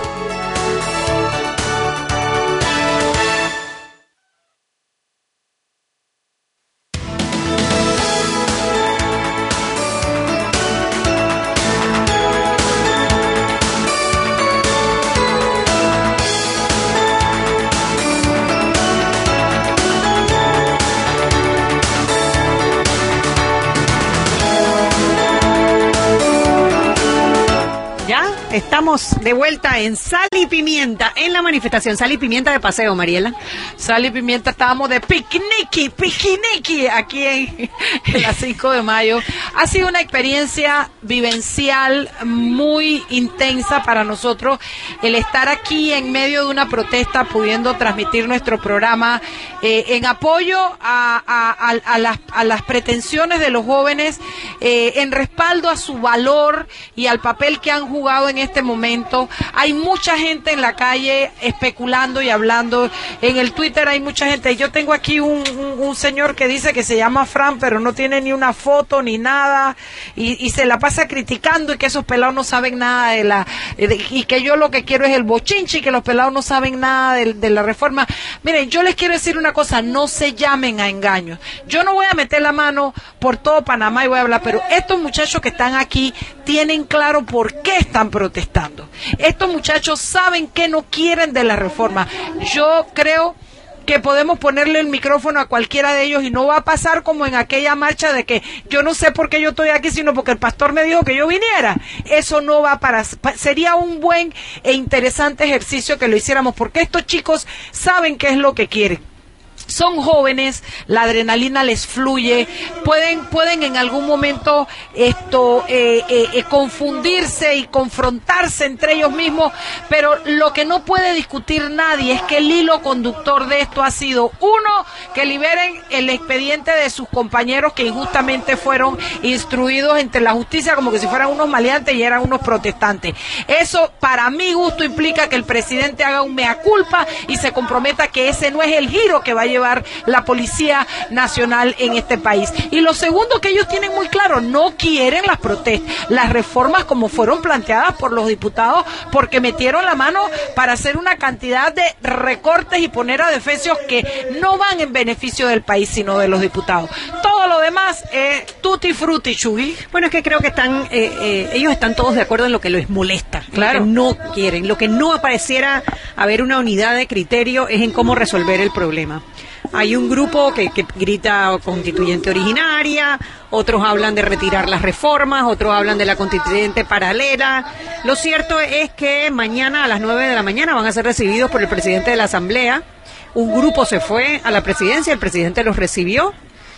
Estamos de vuelta en Sal y Pimienta, en la manifestación Sal y Pimienta de Paseo, Mariela. Sal y Pimienta, estábamos de piquiniqui, piquiniqui, aquí en, en la cinco de mayo. Ha sido una experiencia vivencial muy intensa para nosotros el estar aquí en medio de una protesta, pudiendo transmitir nuestro programa eh, en apoyo a, a, a, a, las, a las pretensiones de los jóvenes, eh, en respaldo a su valor y al papel que han jugado en este momento. Hay mucha gente en la calle especulando y hablando. En el Twitter hay mucha gente. Yo tengo aquí un, un, un señor que dice que se llama Fran, pero no tiene ni una foto ni nada, y, y se la pasa criticando y que esos pelados no saben nada de la de, y que yo lo que quiero es el bochinche y que los pelados no saben nada de, de la reforma. Miren, yo les quiero decir una cosa, no se llamen a engaños. Yo no voy a meter la mano por todo Panamá y voy a hablar, pero estos muchachos que están aquí tienen claro por qué están protestando. Estos muchachos saben que no quieren de la reforma. Yo creo que podemos ponerle el micrófono a cualquiera de ellos y no va a pasar como en aquella marcha de que yo no sé por qué yo estoy aquí, sino porque el pastor me dijo que yo viniera. Eso no va para... Sería un buen e interesante ejercicio que lo hiciéramos, porque estos chicos saben qué es lo que quieren. Son jóvenes, la adrenalina les fluye, pueden pueden en algún momento esto eh, eh, eh, confundirse y confrontarse entre ellos mismos, pero lo que no puede discutir nadie es que el hilo conductor de esto ha sido, uno, que liberen el expediente de sus compañeros que injustamente fueron instruidos entre la justicia como que si fueran unos maleantes y eran unos protestantes. Eso, para mi gusto, implica que el presidente haga un mea culpa y se comprometa que ese no es el giro que va a llevar la Policía Nacional en este país. Y lo segundo que ellos tienen muy claro, no quieren las protestas, las reformas como fueron planteadas por los diputados, porque metieron la mano para hacer una cantidad de recortes y poner adefesios que no van en beneficio del país, sino de los diputados. Todo lo demás es tutti frutti, Chugui. Bueno, es que creo que están, eh, eh, ellos están todos de acuerdo en lo que les molesta, claro. Lo que no quieren, lo que no pareciera haber una unidad de criterio es en cómo resolver el problema. Hay un grupo que, que grita constituyente originaria, otros hablan de retirar las reformas, otros hablan de la constituyente paralela. Lo cierto es que mañana a las nueve de la mañana van a ser recibidos por el presidente de la Asamblea. Un grupo se fue a la presidencia, el presidente los recibió.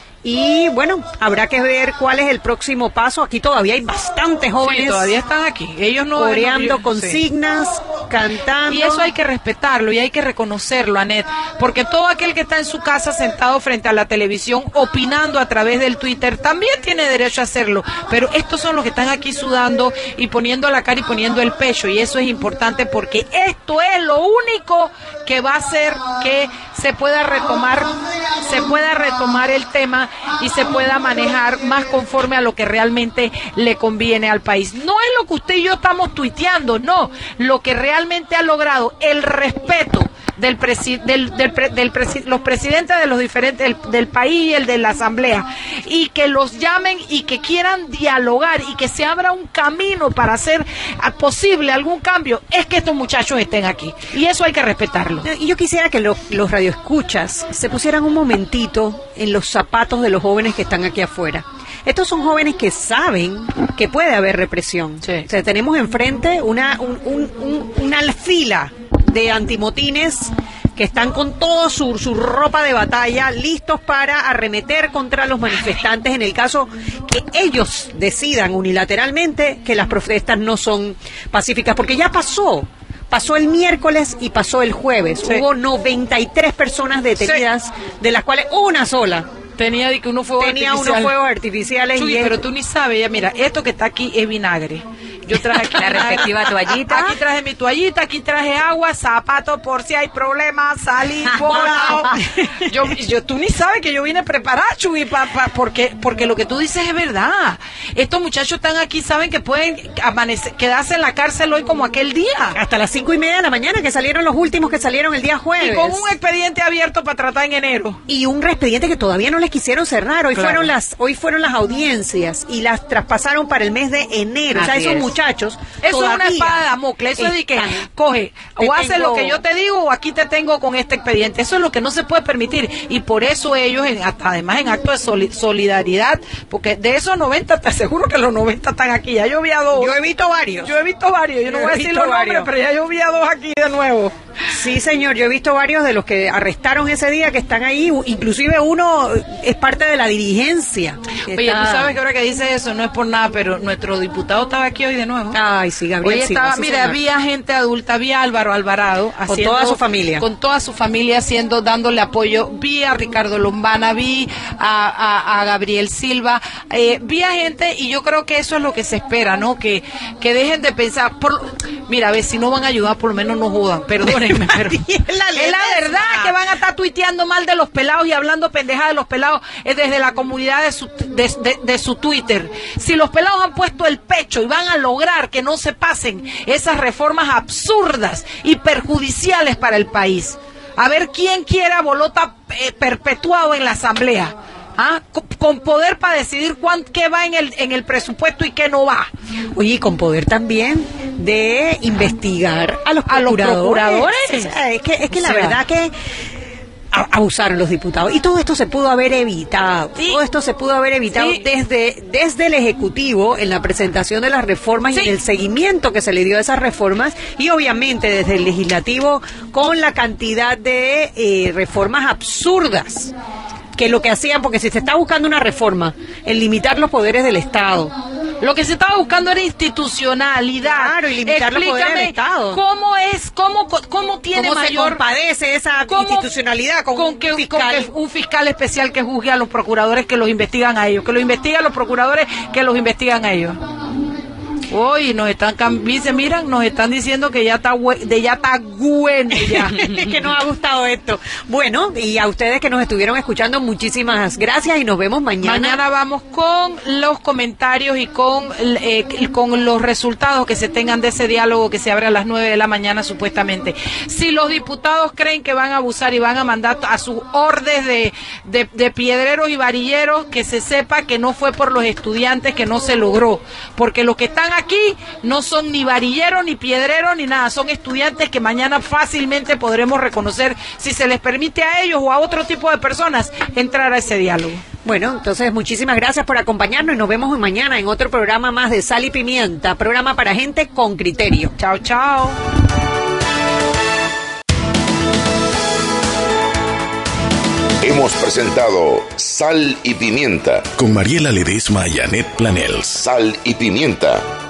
Y bueno, habrá que ver cuál es el próximo paso. Aquí todavía hay bastantes jóvenes. Sí, todavía están aquí. Ellos no coreando no, consignas, sí. Cantando. Y eso hay que respetarlo y hay que reconocerlo, Anet. Porque todo aquel que está en su casa sentado frente a la televisión, opinando a través del Twitter, también tiene derecho a hacerlo. Pero estos son los que están aquí sudando y poniendo la cara y poniendo el pecho. Y eso es importante porque esto es lo único que va a hacer que se pueda retomar, se pueda retomar el tema y se pueda manejar más conforme a lo que realmente le conviene al país. No es lo que usted y yo estamos tuiteando, no. Lo que realmente ha logrado el respeto del, presi del, del, pre del presi los presidentes de los diferentes del, del país y el de la Asamblea, y que los llamen y que quieran dialogar y que se abra un camino para hacer posible algún cambio, es que estos muchachos estén aquí. Y eso hay que respetarlo. Y yo quisiera que lo, los radioescuchas se pusieran un momentito en los zapatos de los jóvenes que están aquí afuera. Estos son jóvenes que saben que puede haber represión. Sí. O sea, tenemos enfrente una, un, un, un, una fila de antimotines que están con toda su, su ropa de batalla, listos para arremeter contra los manifestantes en el caso que ellos decidan unilateralmente que las protestas no son pacíficas, porque ya pasó. Pasó el miércoles y pasó el jueves. Sí. Hubo noventa y tres personas detenidas, sí, de las cuales una sola tenía que unos fuegos tenía artificiales. unos fuegos artificiales. Chuy, y pero tú ni sabes, ya mira, esto que está aquí es vinagre. Yo traje aquí la respectiva toallita. Aquí traje mi toallita, aquí traje agua, zapatos por si hay problemas, salí volado. Yo, yo, tú ni sabes que yo vine preparada, Chuy, pa, pa, porque, porque lo que tú dices es verdad. Estos muchachos están aquí, saben que pueden amanecer, quedarse en la cárcel hoy como aquel día. Hasta las cinco y media de la mañana, que salieron los últimos que salieron el día jueves. Y con un expediente abierto para tratar en enero. Y un expediente que todavía no les quisieron cerrar. Hoy, claro, fueron las, hoy fueron las audiencias y las traspasaron para el mes de enero. Así o sea, esos es. muchachos. Eso es una espada de Damocles. Eso es de que coge, o haces lo que yo te digo, o aquí te tengo con este expediente. Eso es lo que no se puede permitir. Y por eso ellos, en, además en acto de solidaridad, porque de esos noventa, te aseguro que los noventa están aquí. Ya yo vi a dos. Yo he visto varios. Yo he visto varios. Yo, yo no voy a decir los nombres, pero ya yo vi a dos aquí de nuevo. Sí, señor, yo he visto varios de los que arrestaron ese día que están ahí, inclusive uno es parte de la dirigencia. Oye, está... tú sabes que ahora que dice eso, no es por nada, pero nuestro diputado estaba aquí hoy de nuevo. Ay, sí, Gabriel. Hoy estaba, mira, señor. Había gente adulta, había Álvaro Alvarado. Haciendo, con toda su familia. Con toda su familia haciendo, dándole apoyo. Vi a Ricardo Lombana, vi a, a, a Gabriel Silva, eh, vi a gente, y yo creo que eso es lo que se espera, ¿no? Que, que dejen de pensar, por, mira, a ver, si no van a ayudar, por lo menos no jodan, perdónenme, pero es la, es la verdad que van a estar tuiteando mal de los pelados y hablando pendejadas de los pelados desde la comunidad de su, de, de, de su Twitter. Si los pelados han puesto el pecho y van a lograr que no se pasen esas reformas absurdas y perjudiciales para el país, a ver quién quiere a Bolota eh, perpetuado en la asamblea. ¿Ah? Con, con poder para decidir cuánto, qué va en el en el presupuesto y qué no va. Oye, y con poder también de investigar a los a procuradores. Los procuradores. O sea, es que, es que o la sea, verdad que abusaron los diputados. Y todo esto se pudo haber evitado. Sí. Todo esto se pudo haber evitado sí. desde, desde el Ejecutivo en la presentación de las reformas sí. y en el seguimiento que se le dio a esas reformas, y obviamente desde el Legislativo con la cantidad de eh, reformas absurdas que lo que hacían, porque si se está buscando una reforma en limitar los poderes del Estado, lo que se estaba buscando era institucionalidad. Claro, y limitar Explícame los poderes del Estado. ¿Cómo es, cómo, cómo tiene ¿Cómo mayor... se compadece esa cómo, institucionalidad con, con, que, un fiscal? con que un fiscal especial que juzgue a los procuradores que los investigan a ellos, que los investigan a los procuradores que los investigan a ellos? Hoy nos están, se miran, nos están diciendo que ya está de ya está bueno ya. Que nos ha gustado esto. Bueno, y a ustedes que nos estuvieron escuchando, muchísimas gracias y nos vemos mañana. Mañana vamos con los comentarios y con eh, con los resultados que se tengan de ese diálogo que se abre a las nueve de la mañana supuestamente. Si los diputados creen que van a abusar y van a mandar a sus hordes de, de, de piedreros y varilleros, que se sepa que no fue por los estudiantes que no se logró, porque los que están aquí no son ni varilleros, ni piedreros, ni nada, son estudiantes que mañana fácilmente podremos reconocer si se les permite a ellos o a otro tipo de personas entrar a ese diálogo. Bueno, entonces muchísimas gracias por acompañarnos y nos vemos mañana en otro programa más de Sal y Pimienta, programa para gente con criterio. Chao, chao. Hemos presentado Sal y Pimienta con Mariela Ledesma y Annette Planels. Sal y Pimienta,